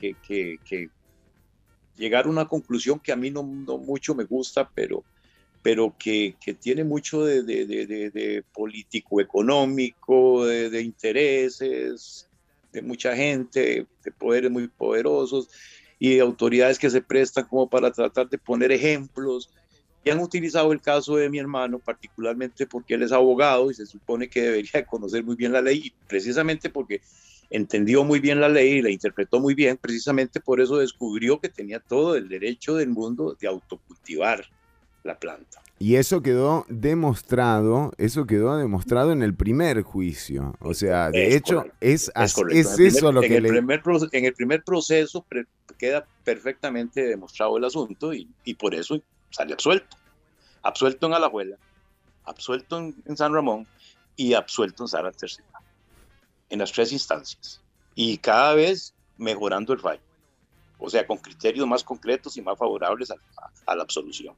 llegar a una conclusión que a mí no mucho me gusta, pero que tiene mucho de político-económico, de intereses, de mucha gente, de poderes muy poderosos y de autoridades que se prestan como para tratar de poner ejemplos. Y han utilizado el caso de mi hermano, particularmente porque él es abogado y se supone que debería conocer muy bien la ley, y precisamente porque entendió muy bien la ley y la interpretó muy bien, precisamente por eso descubrió que tenía todo el derecho del mundo de autocultivar la planta. Y eso quedó demostrado en el primer juicio. O sea, de hecho, es eso lo que en el primer proceso queda perfectamente demostrado el asunto y por eso sale absuelto en Alajuela, absuelto en San Ramón y absuelto en Sala Tercera, en las 3 instancias, y cada vez mejorando el fallo, o sea, con criterios más concretos y más favorables a la absolución.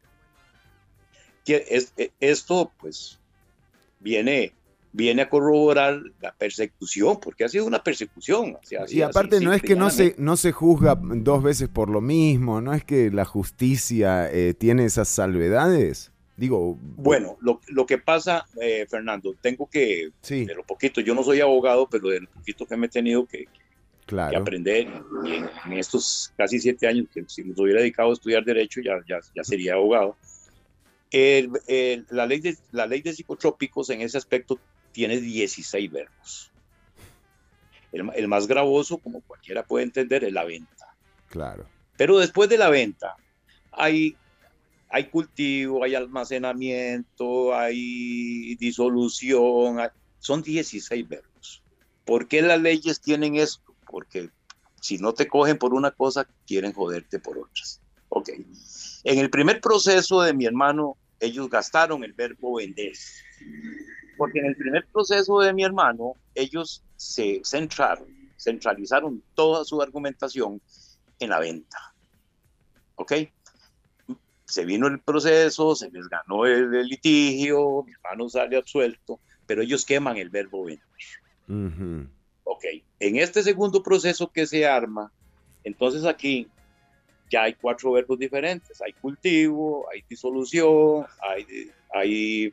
Esto pues viene a corroborar la persecución, porque ha sido una persecución. Y aparte no es que no se juzga 2 veces por lo mismo, no es que la justicia tiene esas salvedades. Digo... Bueno, lo que pasa, Fernando, tengo que, de lo poquito, yo no soy abogado, pero de lo poquito que me he tenido que aprender, y en estos casi 7 años, que si me hubiera dedicado a estudiar Derecho, ya sería abogado. La ley de psicotrópicos en ese aspecto tiene 16 verbos. El más gravoso, como cualquiera puede entender, es la venta. Claro. Pero después de la venta, hay cultivo, hay almacenamiento, hay disolución, son 16 verbos. ¿Por qué las leyes tienen esto? Porque si no te cogen por una cosa, quieren joderte por otras. Ok. En el primer proceso de mi hermano, ellos gastaron el verbo vender. Porque en el primer proceso de mi hermano, ellos se centralizaron toda su argumentación en la venta. ¿Ok? Se vino el proceso, se les ganó el litigio, mi hermano sale absuelto, pero ellos queman el verbo vender. Uh-huh. Ok, en este segundo proceso que se arma, entonces aquí ya hay 4 verbos diferentes. Hay cultivo, hay disolución, hay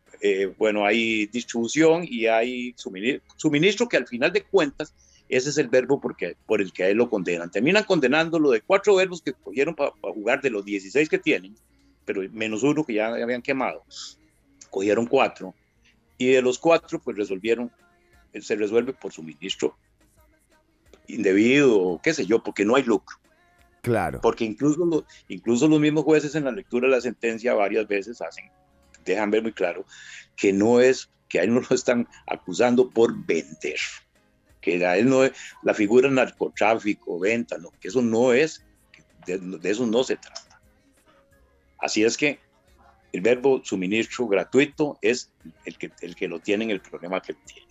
distribución y hay suministro, que al final de cuentas ese es el verbo por el que a él lo condenan. Terminan condenándolo de 4 verbos que cogieron para jugar de los 16 que tienen, pero menos uno que ya habían quemado. Cogieron 4 y de los 4 pues se resuelve por suministro indebido, qué sé yo, porque no hay lucro. Claro. Porque incluso los mismos jueces en la lectura de la sentencia varias veces dejan ver muy claro que a él no lo están acusando por vender, que a él no es la figura narcotráfico, venta, no, que eso no es, de eso no se trata. Así es que el verbo suministro gratuito es el que lo tiene en el problema que tiene.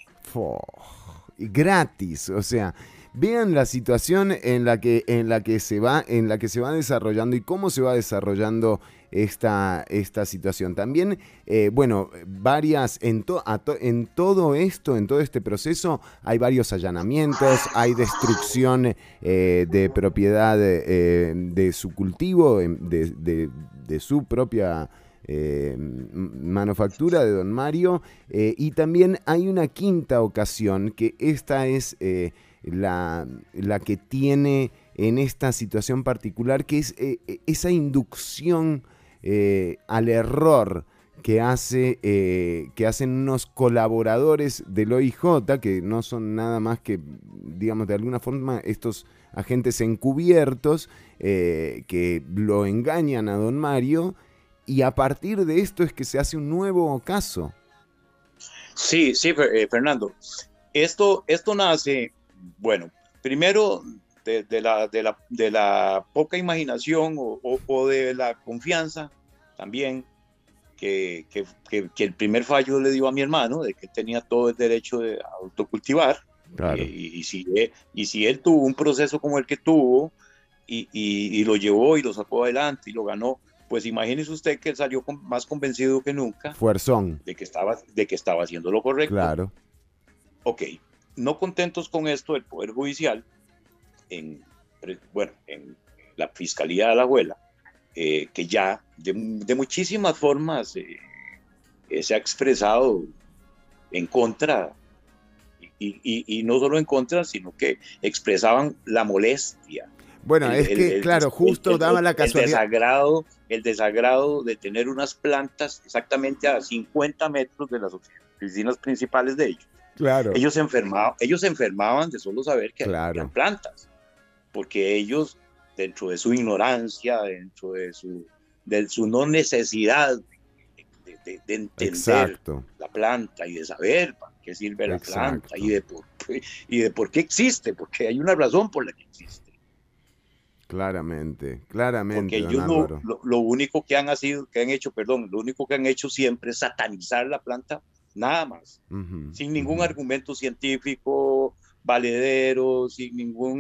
Gratis, o sea, vean la situación en la que se va desarrollando y cómo se va desarrollando esta situación. También, en todo este proceso hay varios allanamientos, hay destrucción de propiedad de su cultivo, de su propia manufactura de don Mario, y también hay una quinta ocasión, que esta es la que tiene en esta situación particular, que es esa inducción al error que hacen unos colaboradores del OIJ, que no son nada más que, digamos, de alguna forma estos agentes encubiertos que lo engañan a don Mario, y a partir de esto es que se hace un nuevo caso. Sí, Fernando. Esto nace, bueno, primero de la poca imaginación o de la confianza también que el primer fallo le dio a mi hermano, de que él tenía todo el derecho de autocultivar. Claro. Y si él tuvo un proceso como el que tuvo y lo llevó y lo sacó adelante y lo ganó, pues imagínese usted que él salió más convencido que nunca. Fuerzón. De que estaba haciendo lo correcto. Claro. Ok, no contentos con esto, el Poder Judicial, en la Fiscalía de Alajuela, que ya de muchísimas formas se ha expresado en contra, y no solo en contra, sino que expresaban la molestia. Bueno, justo daba la casualidad. El desagrado de tener unas plantas exactamente a 50 metros de las oficinas principales de ellos. Claro. Ellos se enfermaban de solo saber que había plantas, porque ellos, dentro de su ignorancia, dentro de su no necesidad de entender la planta y de saber para qué sirve la planta y de por qué existe, porque hay una razón por la que existe. Claramente. Porque ellos lo único que han hecho siempre es satanizar la planta, nada más, sin ningún argumento científico valedero, sin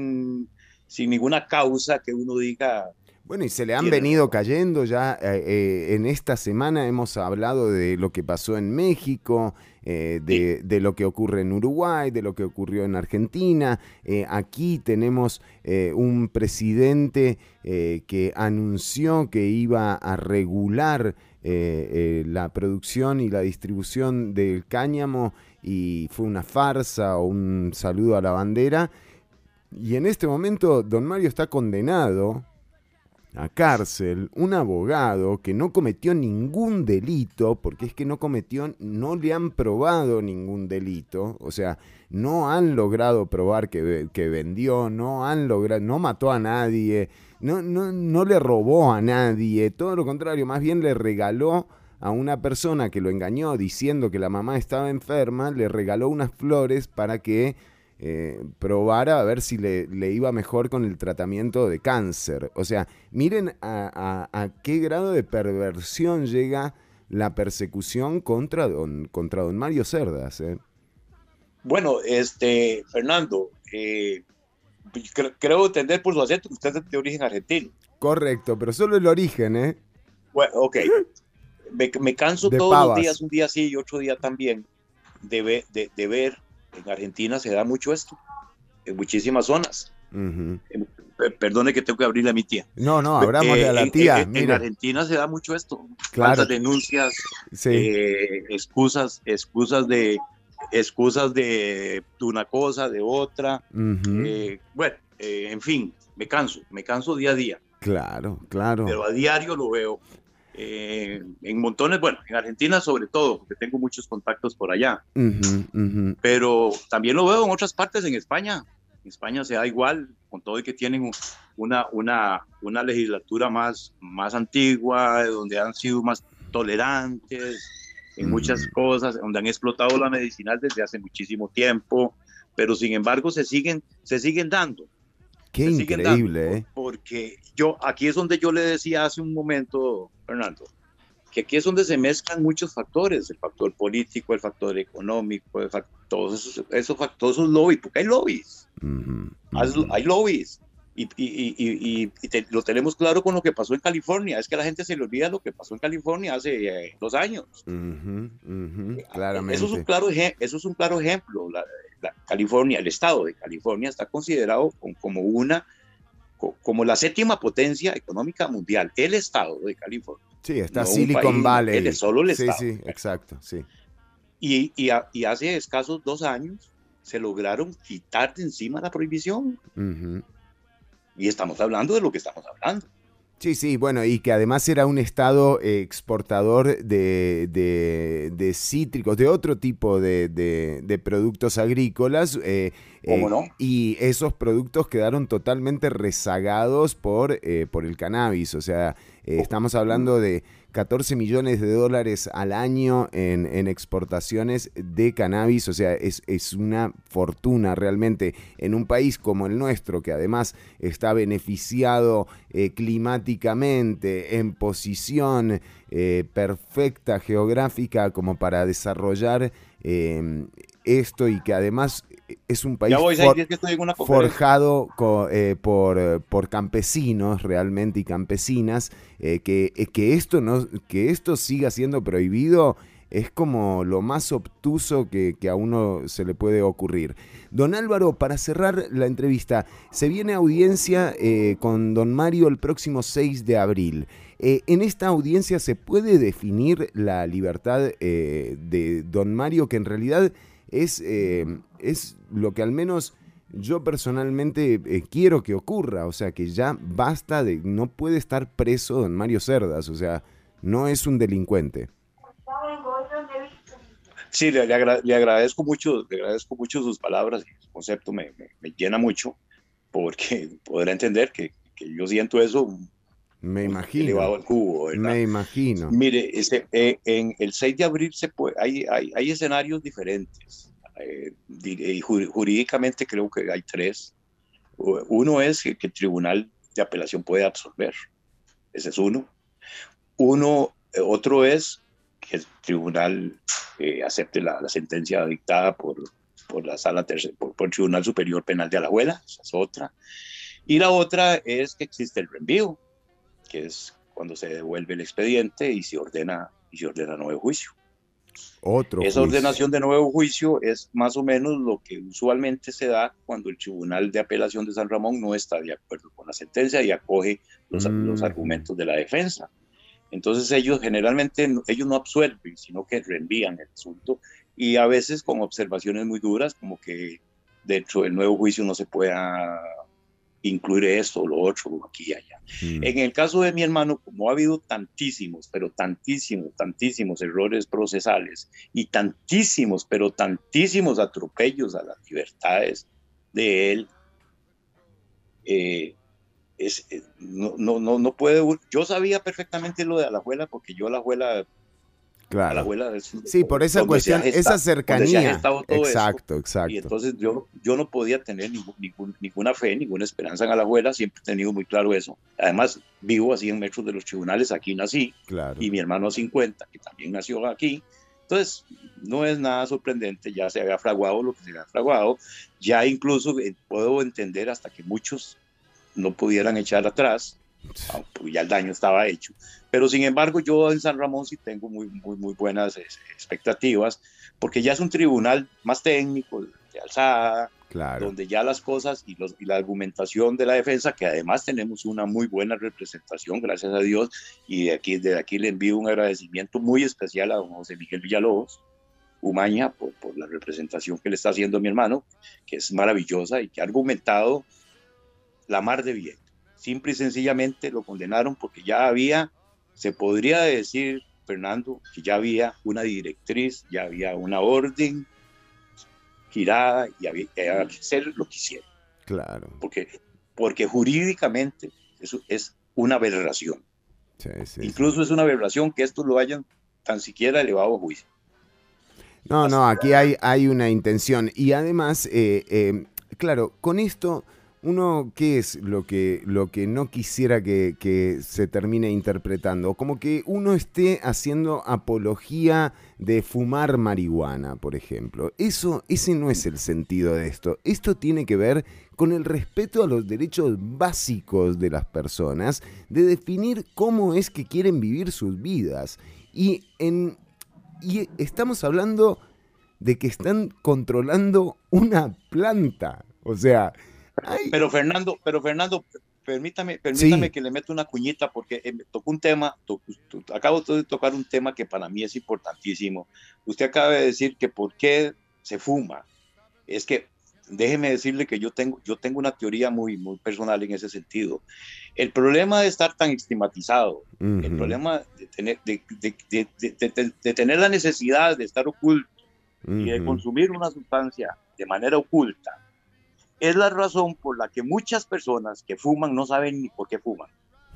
ninguna causa que uno diga. Bueno, y se le han venido cayendo ya. En esta semana hemos hablado de lo que pasó en México, de lo que ocurre en Uruguay, de lo que ocurrió en Argentina. Aquí tenemos un presidente que anunció que iba a regular la producción y la distribución del cáñamo y fue una farsa o un saludo a la bandera. Y en este momento don Mario está condenado a cárcel, un abogado que no cometió ningún delito, porque es que no le han probado ningún delito, o sea, no han logrado probar que vendió, no mató a nadie, no le robó a nadie, todo lo contrario, más bien le regaló a una persona que lo engañó diciendo que la mamá estaba enferma, le regaló unas flores para que probara a ver si le iba mejor con el tratamiento de cáncer. O sea, miren a qué grado de perversión llega la persecución contra don Mario Cerdas. Bueno, Fernando, creo entender por su acento que usted es de origen argentino. Correcto, pero solo el origen, ¿eh? Bueno, ok. Me canso de todos los días, un día sí y otro día también, de ver. En Argentina se da mucho esto, en muchísimas zonas. Perdone que tengo que abrirle a mi tía. No, abrámosle a la tía. En Argentina se da mucho esto. Claro. Falsas denuncias, sí. excusas de una cosa, de otra. En fin, me canso día a día. Claro. Pero a diario lo veo. En montones, en Argentina sobre todo, porque tengo muchos contactos por allá, pero también lo veo en otras partes. En España se da igual, con todo y que tienen una legislatura más antigua, donde han sido más tolerantes en muchas cosas, donde han explotado la medicinal desde hace muchísimo tiempo, pero sin embargo se siguen dando. Qué increíble, ¿eh? Porque aquí es donde yo le decía hace un momento, Fernando, que aquí es donde se mezclan muchos factores, el factor político, el factor económico, todos esos lobbies, porque hay lobbies, hay lobbies, y lo tenemos claro con lo que pasó en California. Es que a la gente se le olvida lo que pasó en California hace 2 años. Claramente. Eso es un claro ejemplo. California, el estado de California está considerado como la 7ª potencia económica mundial, el estado de California. Sí, está Silicon Valley. Es solo el estado. Sí, exacto, sí. Y hace escasos 2 años se lograron quitar de encima la prohibición. Y estamos hablando de lo que estamos hablando. Sí, bueno, y que además era un estado exportador de cítricos, de otro tipo de productos agrícolas. ¿Cómo no? Y esos productos quedaron totalmente rezagados por el cannabis. O sea, estamos hablando de 14 millones de dólares al año en exportaciones de cannabis. O sea, es una fortuna realmente en un país como el nuestro, que además está beneficiado climáticamente, en posición perfecta geográfica como para desarrollar esto, y que además es un país forjado por campesinos realmente y campesinas, que esto siga siendo prohibido es como lo más obtuso que a uno se le puede ocurrir. Don Álvaro, para cerrar la entrevista, se viene audiencia con don Mario el próximo 6 de abril. En esta audiencia se puede definir la libertad de don Mario, que en realidad es lo que al menos yo personalmente quiero que ocurra. O sea, que ya basta no puede estar preso don Mario Cerdas, o sea, no es un delincuente. Sí, le agradezco mucho sus palabras, y su concepto me llena mucho, porque podrá entender que yo siento eso. Me imagino. Elevado al cubo, ¿verdad? Me imagino. Mire, en el 6 de abril hay escenarios diferentes. Y jurídicamente creo que hay 3. Uno es que el Tribunal de Apelación puede absolver. Ese es uno. Otro es que el tribunal acepte la sentencia dictada por la sala por el Tribunal Superior Penal de Alajuela. Esa es otra. Y la otra es que existe el reenvío, que es cuando se devuelve el expediente y se ordena nuevo juicio. Esa ordenación de nuevo juicio es más o menos lo que usualmente se da cuando el Tribunal de Apelación de San Ramón no está de acuerdo con la sentencia y acoge los argumentos de la defensa. Entonces ellos generalmente ellos no absuelven, sino que reenvían el asunto y a veces con observaciones muy duras, como que dentro del nuevo juicio no se pueda incluir esto o lo otro, aquí y allá. En el caso de mi hermano, como ha habido tantísimos, pero tantísimos errores procesales y tantísimos, pero tantísimos atropellos a las libertades de él, no puede. Yo sabía perfectamente lo de Alajuela porque yo Alajuela. Claro. Alajuela sí, por esa cuestión, esa cercanía. Exacto. Y entonces yo no podía tener ninguna fe, ninguna esperanza en Alajuela, siempre he tenido muy claro eso. Además, vivo a 100 metros de los tribunales, aquí nací, y mi hermano a 50, que también nació aquí. Entonces, no es nada sorprendente, ya se había fraguado lo que se había fraguado, ya incluso puedo entender hasta que muchos no pudieran echar atrás, porque ya el daño estaba hecho. Pero sin embargo, yo en San Ramón sí tengo muy buenas expectativas, porque ya es un tribunal más técnico, de alzada, donde ya las cosas y la argumentación de la defensa, que además tenemos una muy buena representación, gracias a Dios, y desde aquí le envío un agradecimiento muy especial a don José Miguel Villalobos Umaña por la representación que le está haciendo a mi hermano, que es maravillosa y que ha argumentado la mar de bien. Simple y sencillamente lo condenaron porque ya había, se podría decir, Fernando, que ya había una directriz, ya había una orden girada y había que hacer lo que hicieron. Claro. Porque jurídicamente eso es una aberración. Incluso es una aberración que estos lo hayan tan siquiera elevado a juicio. No, aquí hay una intención. Y además, claro, con esto, uno, ¿qué es lo que no quisiera que se termine interpretando? Como que uno esté haciendo apología de fumar marihuana, por ejemplo. Ese no es el sentido de esto. Esto tiene que ver con el respeto a los derechos básicos de las personas, de definir cómo es que quieren vivir sus vidas. Y estamos hablando de que están controlando una planta. O sea... Pero Fernando, permítame que le meta una cuñita porque tocó un tema, acabo de tocar un tema que para mí es importantísimo. Usted acaba de decir que por qué se fuma. Es que déjeme decirle que yo tengo una teoría muy personal en ese sentido. El problema de estar tan estigmatizado, el problema de tener la necesidad de estar oculto y de consumir una sustancia de manera oculta, es la razón por la que muchas personas que fuman no saben ni por qué fuman.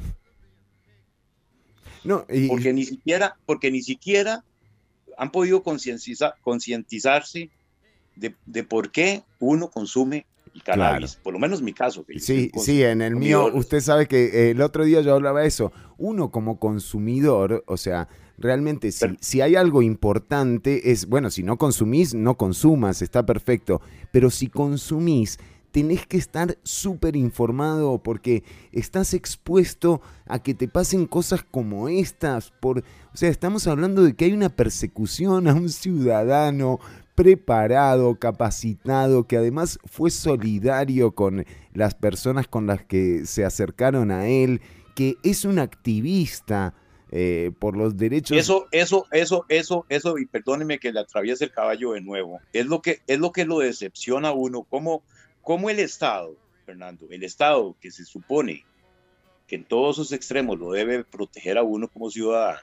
Porque ni siquiera han podido concientizarse de por qué uno consume el cannabis. Claro. Por lo menos mi caso. Sí, en el mío, usted sabe que el otro día yo hablaba de eso. Uno como consumidor, o sea, realmente si hay algo importante es, bueno, si no consumís, no consumas, está perfecto. Pero si consumís, tenés que estar súper informado porque estás expuesto a que te pasen cosas como estas. O sea, estamos hablando de que hay una persecución a un ciudadano preparado, capacitado, que además fue solidario con las personas con las que se acercaron a él, que es un activista por los derechos. Eso, y perdóneme que le atraviese el caballo de nuevo, es lo que lo decepciona a uno, como el Estado, Fernando, el Estado que se supone que en todos sus extremos lo debe proteger a uno como ciudadano,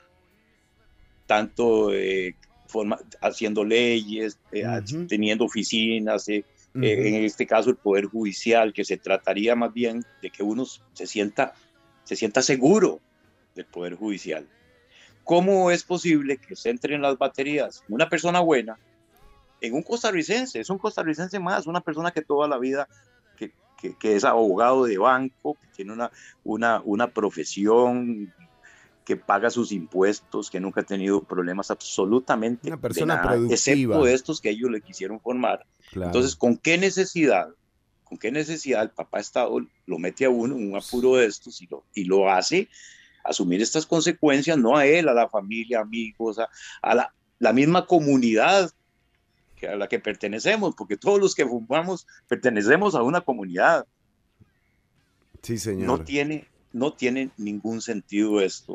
tanto haciendo leyes, teniendo oficinas, en este caso el Poder Judicial, que se trataría más bien de que uno se sienta seguro del Poder Judicial. ¿Cómo es posible que se entre en las baterías una persona buena en un costarricense? Es un costarricense más, una persona que toda la vida, que es abogado de banco, que tiene una profesión, que paga sus impuestos, que nunca ha tenido problemas absolutamente una persona de nada, productiva, excepto estos que ellos le quisieron formar. Claro. Entonces, ¿con qué necesidad el papá Estado lo mete a uno en un apuro de estos y lo hace asumir estas consecuencias, no a él, a la familia, amigos, a la misma comunidad a la que pertenecemos, porque todos los que fumamos pertenecemos a una comunidad. Sí, señor. No tiene ningún sentido esto.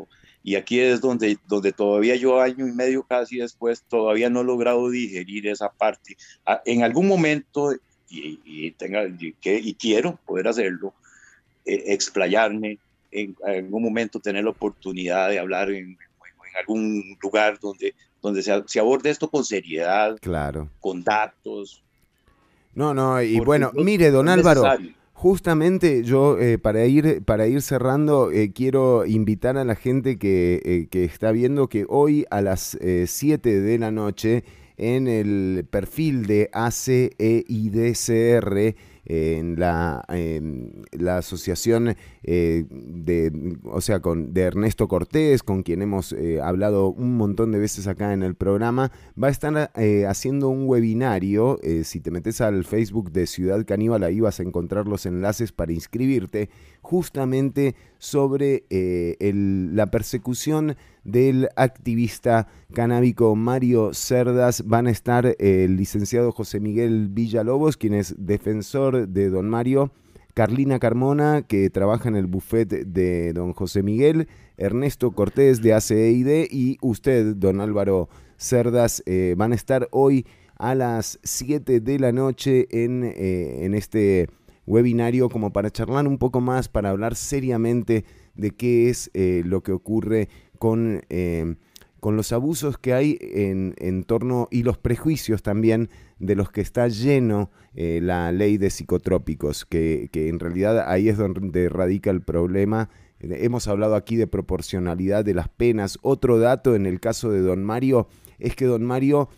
Y aquí es donde todavía yo, año y medio casi después, todavía no he logrado digerir esa parte. En algún momento, y quiero poder hacerlo, explayarme, en algún momento tener la oportunidad de hablar en algún lugar donde se aborde esto con seriedad, claro, con datos. No, y bueno, mire, don Álvaro, justamente yo para ir cerrando, quiero invitar a la gente que está viendo que hoy a las 7 de la noche en el perfil de ACEIDCR, en la asociación de Ernesto Cortés, con quien hemos hablado un montón de veces acá en el programa, va a estar haciendo un webinario. Si te metes al Facebook de Ciudad Caníbal, ahí vas a encontrar los enlaces para inscribirte, justamente sobre la persecución del activista canábico Mario Cerdas. Van a estar el licenciado José Miguel Villalobos, quien es defensor de don Mario, Carlina Carmona, que trabaja en el buffet de don José Miguel, Ernesto Cortés de ACEID y usted, don Álvaro Cerdas. Van a estar hoy a las 7 de la noche en este webinario, como para charlar un poco más, para hablar seriamente de qué es lo que ocurre con los abusos que hay en torno, y los prejuicios también de los que está lleno la ley de psicotrópicos, que en realidad ahí es donde radica el problema. Hemos hablado aquí de proporcionalidad de las penas. Otro dato en el caso de don Mario es que don Mario,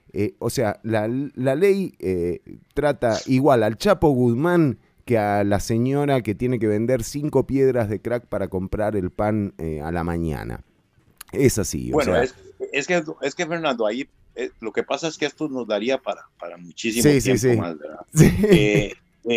la ley trata igual al Chapo Guzmán que a la señora que tiene que vender 5 piedras de crack para comprar el pan a la mañana. Es así. Bueno, es que Fernando, ahí lo que pasa es que esto nos daría para muchísimo tiempo más, ¿verdad? Sí.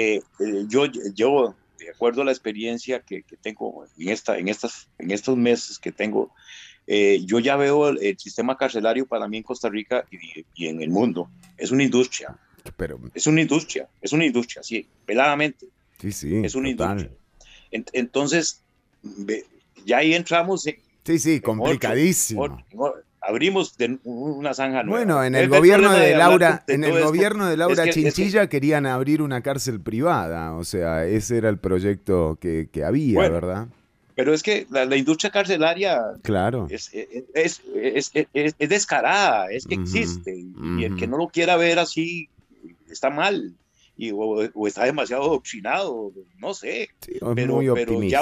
Yo, de acuerdo a la experiencia que tengo en estos meses que tengo, yo ya veo el sistema carcelario para mí en Costa Rica y en el mundo. Es una industria. Es una industria, sí, veladamente. Sí, es una total. Industria. Entonces, ya ahí entramos en... Sí, complicadísimo. Abrimos una zanja nueva. Bueno, en el gobierno de Laura Chinchilla querían abrir una cárcel privada, o sea, ese era el proyecto que había, bueno, ¿verdad? Pero es que la industria carcelaria, claro, es descarada, es que existe, y el que no lo quiera ver así está mal, o está demasiado adoctrinado, no sé, sí, pero ya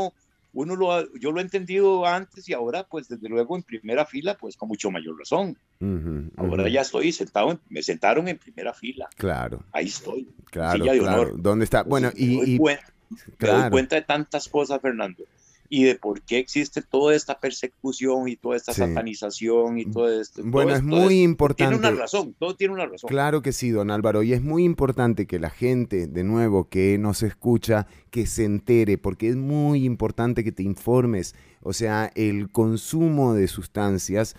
yo lo he entendido antes, y ahora pues desde luego en primera fila, pues con mucho mayor razón. Ahora ya estoy sentado, me sentaron en primera fila. Claro. Ahí estoy. Claro, claro. ¿Dónde está? Bueno, me doy cuenta de tantas cosas, Fernando, y de por qué existe toda esta persecución y toda esta satanización y todo esto. Bueno, es muy importante. Todo tiene una razón. Claro que sí, don Álvaro, y es muy importante que la gente, de nuevo, que nos escucha, que se entere, porque es muy importante que te informes. O sea, el consumo de sustancias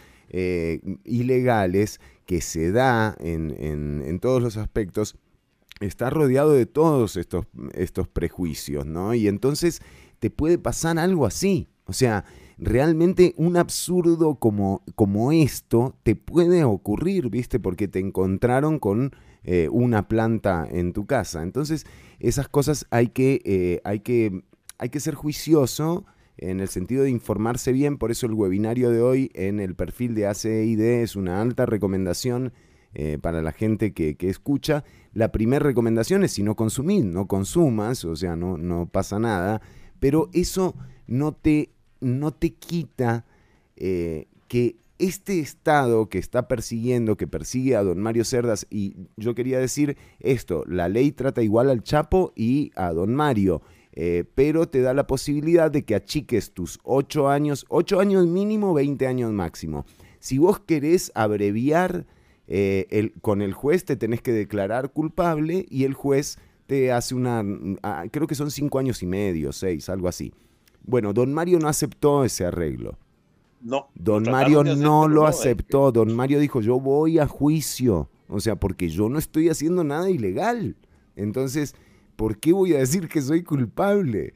ilegales que se da en todos los aspectos está rodeado de todos estos prejuicios, ¿no? Y entonces te puede pasar algo así. O sea, realmente un absurdo como esto te puede ocurrir, ¿viste? Porque te encontraron con una planta en tu casa. Entonces, esas cosas hay que ser juicioso en el sentido de informarse bien. Por eso el webinario de hoy en el perfil de ACEID es una alta recomendación para la gente que escucha. La primera recomendación es: si no consumís, no consumas, o sea, no pasa nada. Pero eso no te quita que este Estado que está que persigue a don Mario Cerdas, y yo quería decir esto, la ley trata igual al Chapo y a don Mario, pero te da la posibilidad de que achiques tus 8 años mínimo, 20 años máximo. Si vos querés abreviar, con el juez te tenés que declarar culpable y el juez te hace creo que son 5 años y medio, 6, algo así. Bueno, don Mario no aceptó ese arreglo. No. Don Mario no lo aceptó. Don Mario dijo: yo voy a juicio. O sea, porque yo no estoy haciendo nada ilegal. Entonces, ¿por qué voy a decir que soy culpable?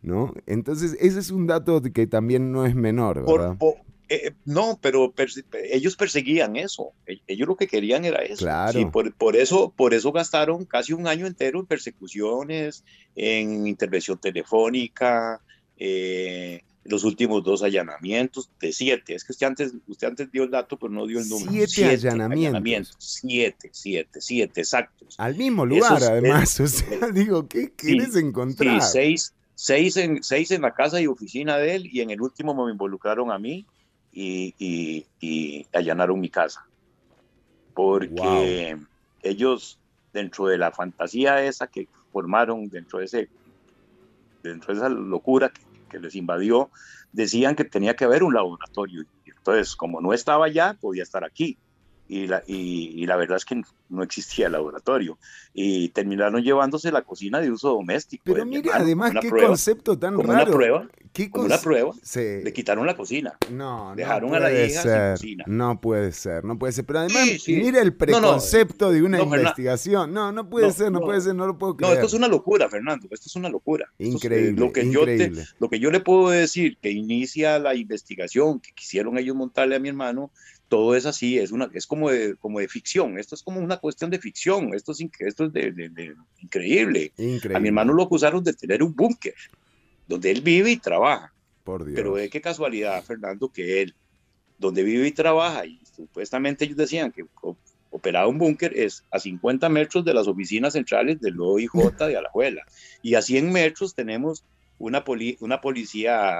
¿no? Entonces, ese es un dato que también no es menor, ¿verdad? No, pero ellos perseguían eso. Ellos lo que querían era eso. Claro. Sí, por eso gastaron casi un año entero en persecuciones, en intervención telefónica, los últimos 2 allanamientos de 7. Es que usted antes dio el dato, pero no dio el número. 7 allanamientos. 7 exactos. Al mismo lugar, además. O sea, digo, ¿qué quieres encontrar? Sí, 6 en la casa y oficina de él, y en el último me involucraron a mí y allanaron mi casa. Porque ellos, dentro de la fantasía esa que formaron, dentro de esa locura que les invadió, decían que tenía que haber un laboratorio. Entonces, como no estaba allá, podía estar aquí. Y la verdad es que no existía el laboratorio. Y terminaron llevándose la cocina de uso doméstico. Pero mire, además, qué concepto tan raro. Una prueba, le quitaron la cocina. Dejaron a la hija sin cocina. No puede ser. Pero además, mira el preconcepto de una investigación. No puede ser, no lo puedo creer. No, esto es una locura, Fernando. Esto es una locura. Increíble. Lo que yo le puedo decir, que inicia la investigación que quisieron ellos montarle a mi hermano, todo es así, es como de ficción. Esto es como una cuestión de ficción. Esto es increíble. A mi hermano lo acusaron de tener un búnker donde él vive y trabaja. Por Dios. Pero ve qué casualidad, Fernando, que él, donde vive y trabaja, y supuestamente ellos decían que operaba un búnker, es a 50 metros de las oficinas centrales del OIJ de Alajuela. Y a 100 metros tenemos una policía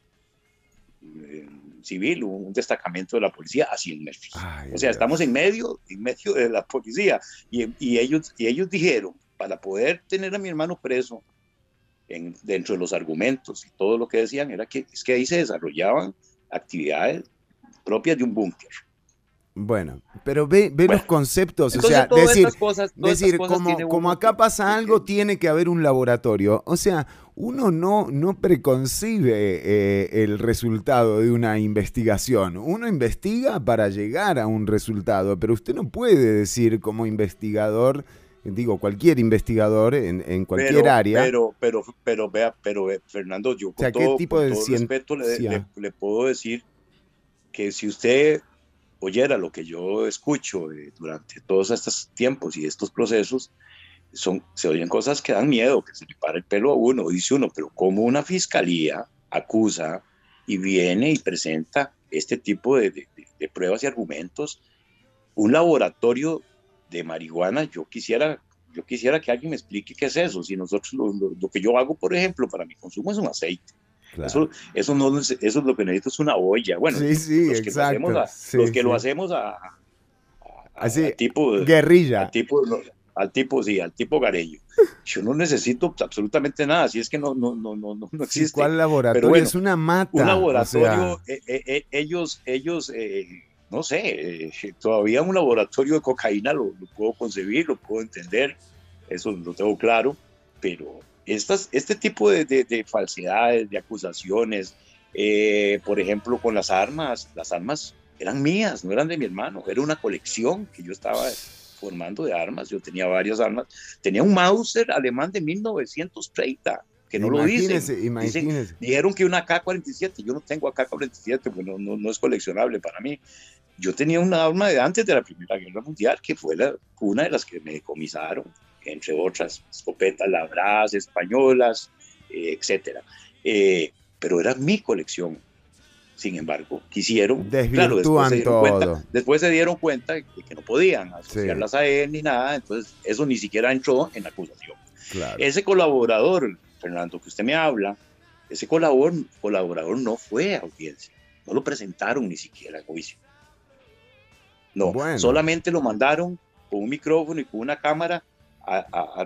civil, un destacamento de la policía a 100 metros. O sea, estamos en medio de la policía. Y ellos dijeron, para poder tener a mi hermano preso, dentro de los argumentos y todo lo que decían, era que ahí se desarrollaban actividades propias de un búnker. Bueno, pero ve los conceptos, o sea, decir como acá pasa algo, tiene que haber un laboratorio. O sea, uno no preconcibe el resultado de una investigación. Uno investiga para llegar a un resultado, pero usted no puede decir como investigador, digo, cualquier investigador en cualquier área. Pero vea, Fernando, yo con todo respeto le puedo decir que si usted oyera lo que yo escucho durante todos estos tiempos y estos procesos, se oyen cosas que dan miedo, que se le para el pelo a uno. Dice uno, pero ¿cómo una fiscalía acusa y viene y presenta este tipo de pruebas y argumentos? Un laboratorio de marihuana, yo quisiera que alguien me explique qué es eso. Si nosotros lo que yo hago, por ejemplo, para mi consumo es un aceite. Claro. Eso es lo que necesito, es una olla. Bueno, los que lo hacemos así, al tipo guerrilla, al tipo gareño. Yo no necesito absolutamente nada, así es que no existe. ¿Cuál laboratorio? Pero bueno, es una mata. Un laboratorio, ellos no sé, todavía un laboratorio de cocaína lo puedo concebir, lo puedo entender, eso lo tengo claro, pero este tipo de falsedades, de acusaciones, por ejemplo, con las armas eran mías, no eran de mi hermano, era una colección que yo estaba formando de armas. Yo tenía varias armas, tenía un Mauser alemán de 1930, que no lo dicen. Dijeron que una AK-47, yo no tengo AK-47, pues no es coleccionable para mí. Yo tenía una arma de antes de la Primera Guerra Mundial, que fue una de las que me decomisaron, entre otras, escopetas labradas, españolas, etcétera. Pero era mi colección. Sin embargo, quisieron, después se dieron cuenta de que no podían asociarlas a él ni nada, entonces eso ni siquiera entró en la acusación. Claro. Ese colaborador, Fernando, que usted me habla, ese colaborador no fue a audiencia, no lo presentaron ni siquiera a juicio. No, solamente lo mandaron con un micrófono y con una cámara a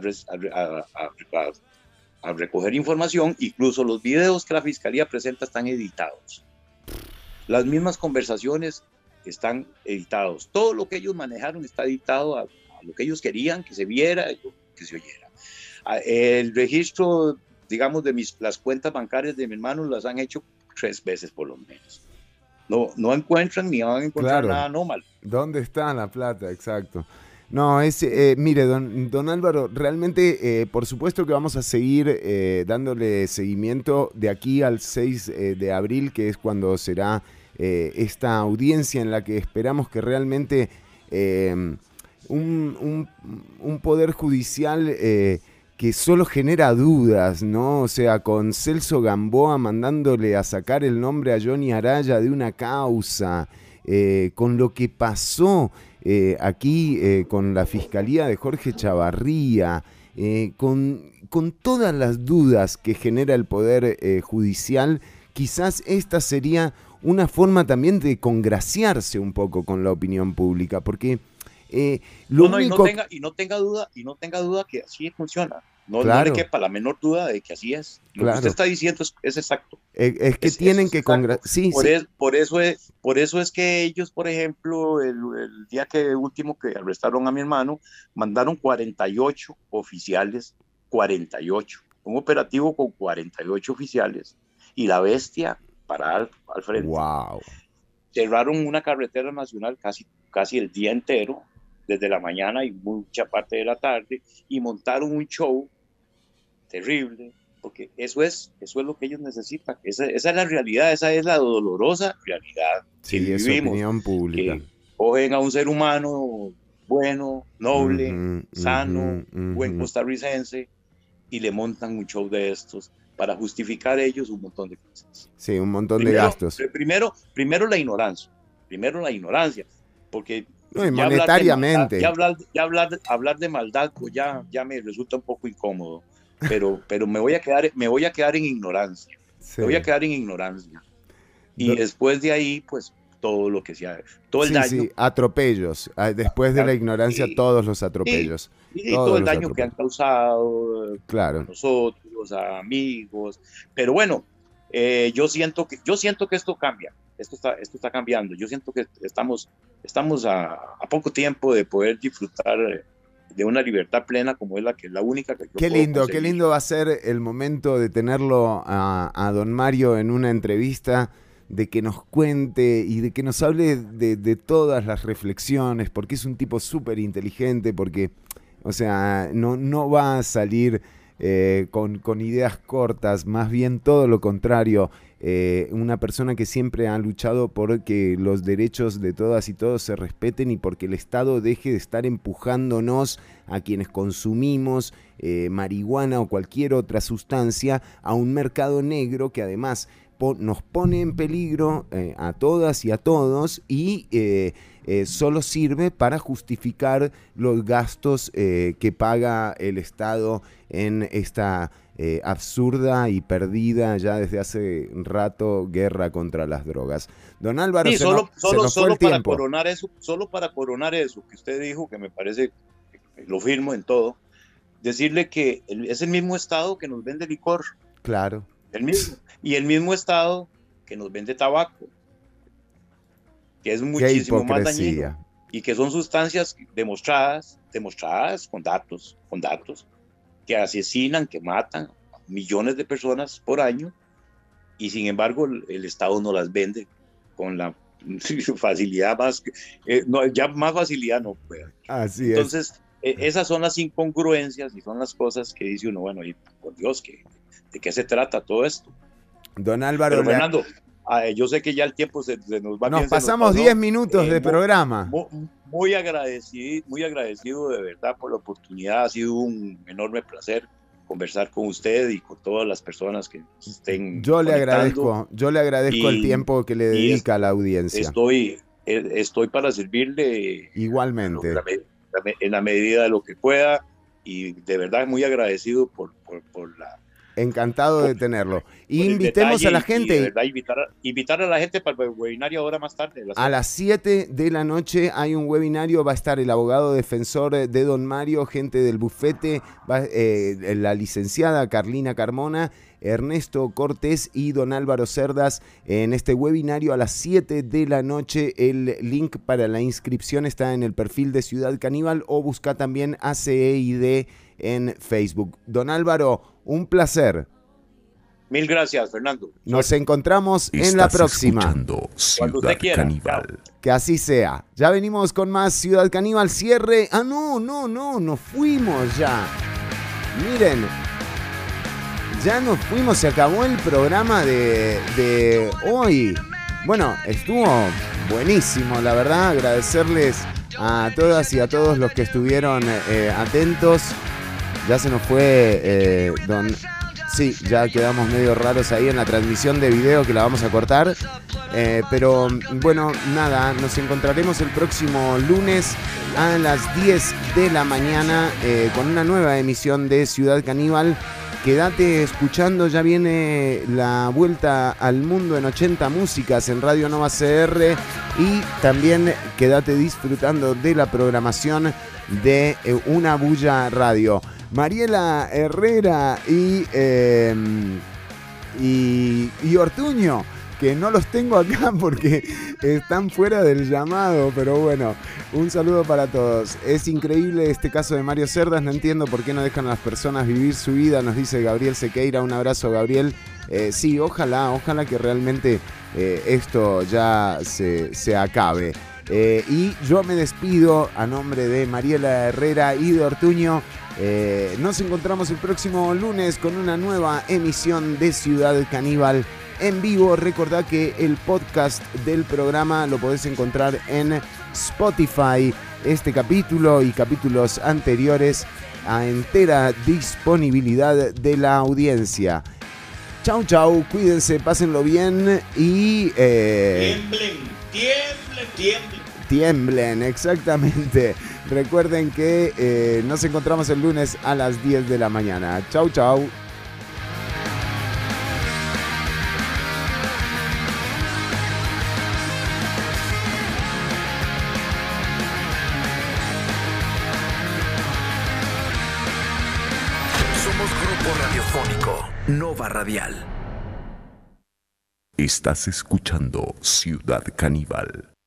recoger información. Incluso los videos que la fiscalía presenta están editados. Las mismas conversaciones están editados. Todo lo que ellos manejaron está editado a lo que ellos querían que se viera, que se oyera. El registro, digamos, de las cuentas bancarias de mi hermano las han hecho 3 veces por lo menos. No encuentran ni van a encontrar nada anómalo. ¿Dónde está la plata? Exacto. No, mire, don Álvaro, realmente, por supuesto que vamos a seguir dándole seguimiento de aquí al 6 de abril, que es cuando será esta audiencia en la que esperamos que realmente un poder judicial que solo genera dudas, ¿no? O sea, con Celso Gamboa mandándole a sacar el nombre a Johnny Araya de una causa, con lo que pasó aquí con la Fiscalía de Jorge Chavarría, con todas las dudas que genera el Poder Judicial, quizás esta sería una forma también de congraciarse un poco con la opinión pública, porque único... y no tenga duda que así funciona. No, claro. No le quepa la menor duda de que así es. Lo que usted está diciendo es exacto. Es que tienen que sí, por eso es que ellos, por ejemplo, el día último que arrestaron a mi hermano, mandaron 48 oficiales, 48, un operativo con 48 oficiales, y la bestia parada al frente. Wow. Cerraron una carretera nacional casi el día entero, desde la mañana y mucha parte de la tarde, y montaron un show terrible, porque eso es lo que ellos necesitan. Esa es la realidad, esa es la dolorosa realidad que vivimos. Es opinión pública. Que cogen a un ser humano bueno, noble, sano, buen costarricense, y le montan un show de estos para justificar ellos un montón de cosas. Sí, un montón de gastos. Primero la ignorancia, porque no, y monetariamente. Hablar de maldad, pues ya me resulta un poco incómodo, pero me voy a quedar en ignorancia. Sí. Me voy a quedar en ignorancia. Y después de ahí, pues todo lo que sea, todo el daño. Sí, atropellos. Después de la ignorancia, todos los atropellos. Y todo el daño que han causado a nosotros, a amigos. Pero bueno, yo siento que esto cambia. Esto está cambiando. Yo siento que estamos a poco tiempo de poder disfrutar de una libertad plena como es la única que yo qué lindo va a ser el momento de tenerlo a don Mario en una entrevista, de que nos cuente y de que nos hable de todas las reflexiones, porque es un tipo súper inteligente, porque, o sea, no va a salir con ideas cortas, más bien todo lo contrario. Una persona que siempre ha luchado por que los derechos de todas y todos se respeten y porque el Estado deje de estar empujándonos a quienes consumimos marihuana o cualquier otra sustancia a un mercado negro que además nos pone en peligro a todas y a todos y solo sirve para justificar los gastos que paga el Estado en esta absurda y perdida ya desde hace rato guerra contra las drogas. Don Álvaro, sí, solo para coronar eso que usted dijo, que me parece que lo firmo en todo, decirle que es el mismo Estado que nos vende licor. Claro. El mismo Estado que nos vende tabaco, que es muchísimo más dañino y que son sustancias demostradas con datos, que asesinan, que matan a millones de personas por año, y sin embargo el Estado no las vende con la facilidad más, ya más facilidad no puede. Así entonces, esas son las incongruencias y son las cosas que dice uno, bueno, y por Dios, ¿de qué se trata todo esto? Don Álvaro. Pero Fernando, yo sé que ya el tiempo se nos va. Nos pasamos 10 minutos de programa. Muy agradecido de verdad por la oportunidad. Ha sido un enorme placer conversar con usted y con todas las personas que estén. Yo le agradezco el tiempo que le dedica a la audiencia. Estoy para servirle igualmente en la medida de lo que pueda, y de verdad muy agradecido por la. Encantado de tenerlo. Invitemos a la gente. De verdad, invitar a la gente para el webinario ahora más tarde. A las 7 de la noche hay un webinario. Va a estar el abogado defensor de don Mario, gente del bufete, la licenciada Carlina Carmona, Ernesto Cortés y don Álvaro Cerdas en este webinario a las 7 de la noche. El link para la inscripción está en el perfil de Ciudad Caníbal o busca también ACEID en Facebook. Don Álvaro, un placer. Mil gracias, Fernando. Nos encontramos en la próxima. Ciudad Caníbal. Que así sea. Ya venimos con más Ciudad Caníbal. Cierre. Ah, no, nos fuimos ya. Miren, ya nos fuimos, se acabó el programa de hoy. Bueno, estuvo buenísimo, la verdad. Agradecerles a todas y a todos los que estuvieron atentos. Ya se nos fue Sí, ya quedamos medio raros ahí en la transmisión de video, que la vamos a cortar. Pero bueno, nada, nos encontraremos el próximo lunes a las 10 de la mañana con una nueva emisión de Ciudad Caníbal. Quédate escuchando, ya viene la vuelta al mundo en 80 músicas en Radio Nova CR, y también quédate disfrutando de la programación de Una Bulla Radio. Mariela Herrera y Ortuño, que no los tengo acá porque están fuera del llamado, pero bueno, un saludo para todos. Es increíble este caso de Mario Cerdas, no entiendo por qué no dejan a las personas vivir su vida, nos dice Gabriel Sequeira. Un abrazo, Gabriel. Sí, ojalá que realmente esto ya se acabe. Y yo me despido a nombre de Mariela Herrera y de Ortuño. Nos encontramos el próximo lunes con una nueva emisión de Ciudad Caníbal en vivo. Recordá que el podcast del programa lo podés encontrar en Spotify. Este capítulo y capítulos anteriores a entera disponibilidad de la audiencia. Chau, cuídense, pásenlo bien y... Tiemblen, exactamente. Recuerden que nos encontramos el lunes a las 10 de la mañana. Chau. Somos Grupo Radiofónico Nova Radial. Estás escuchando Ciudad Caníbal.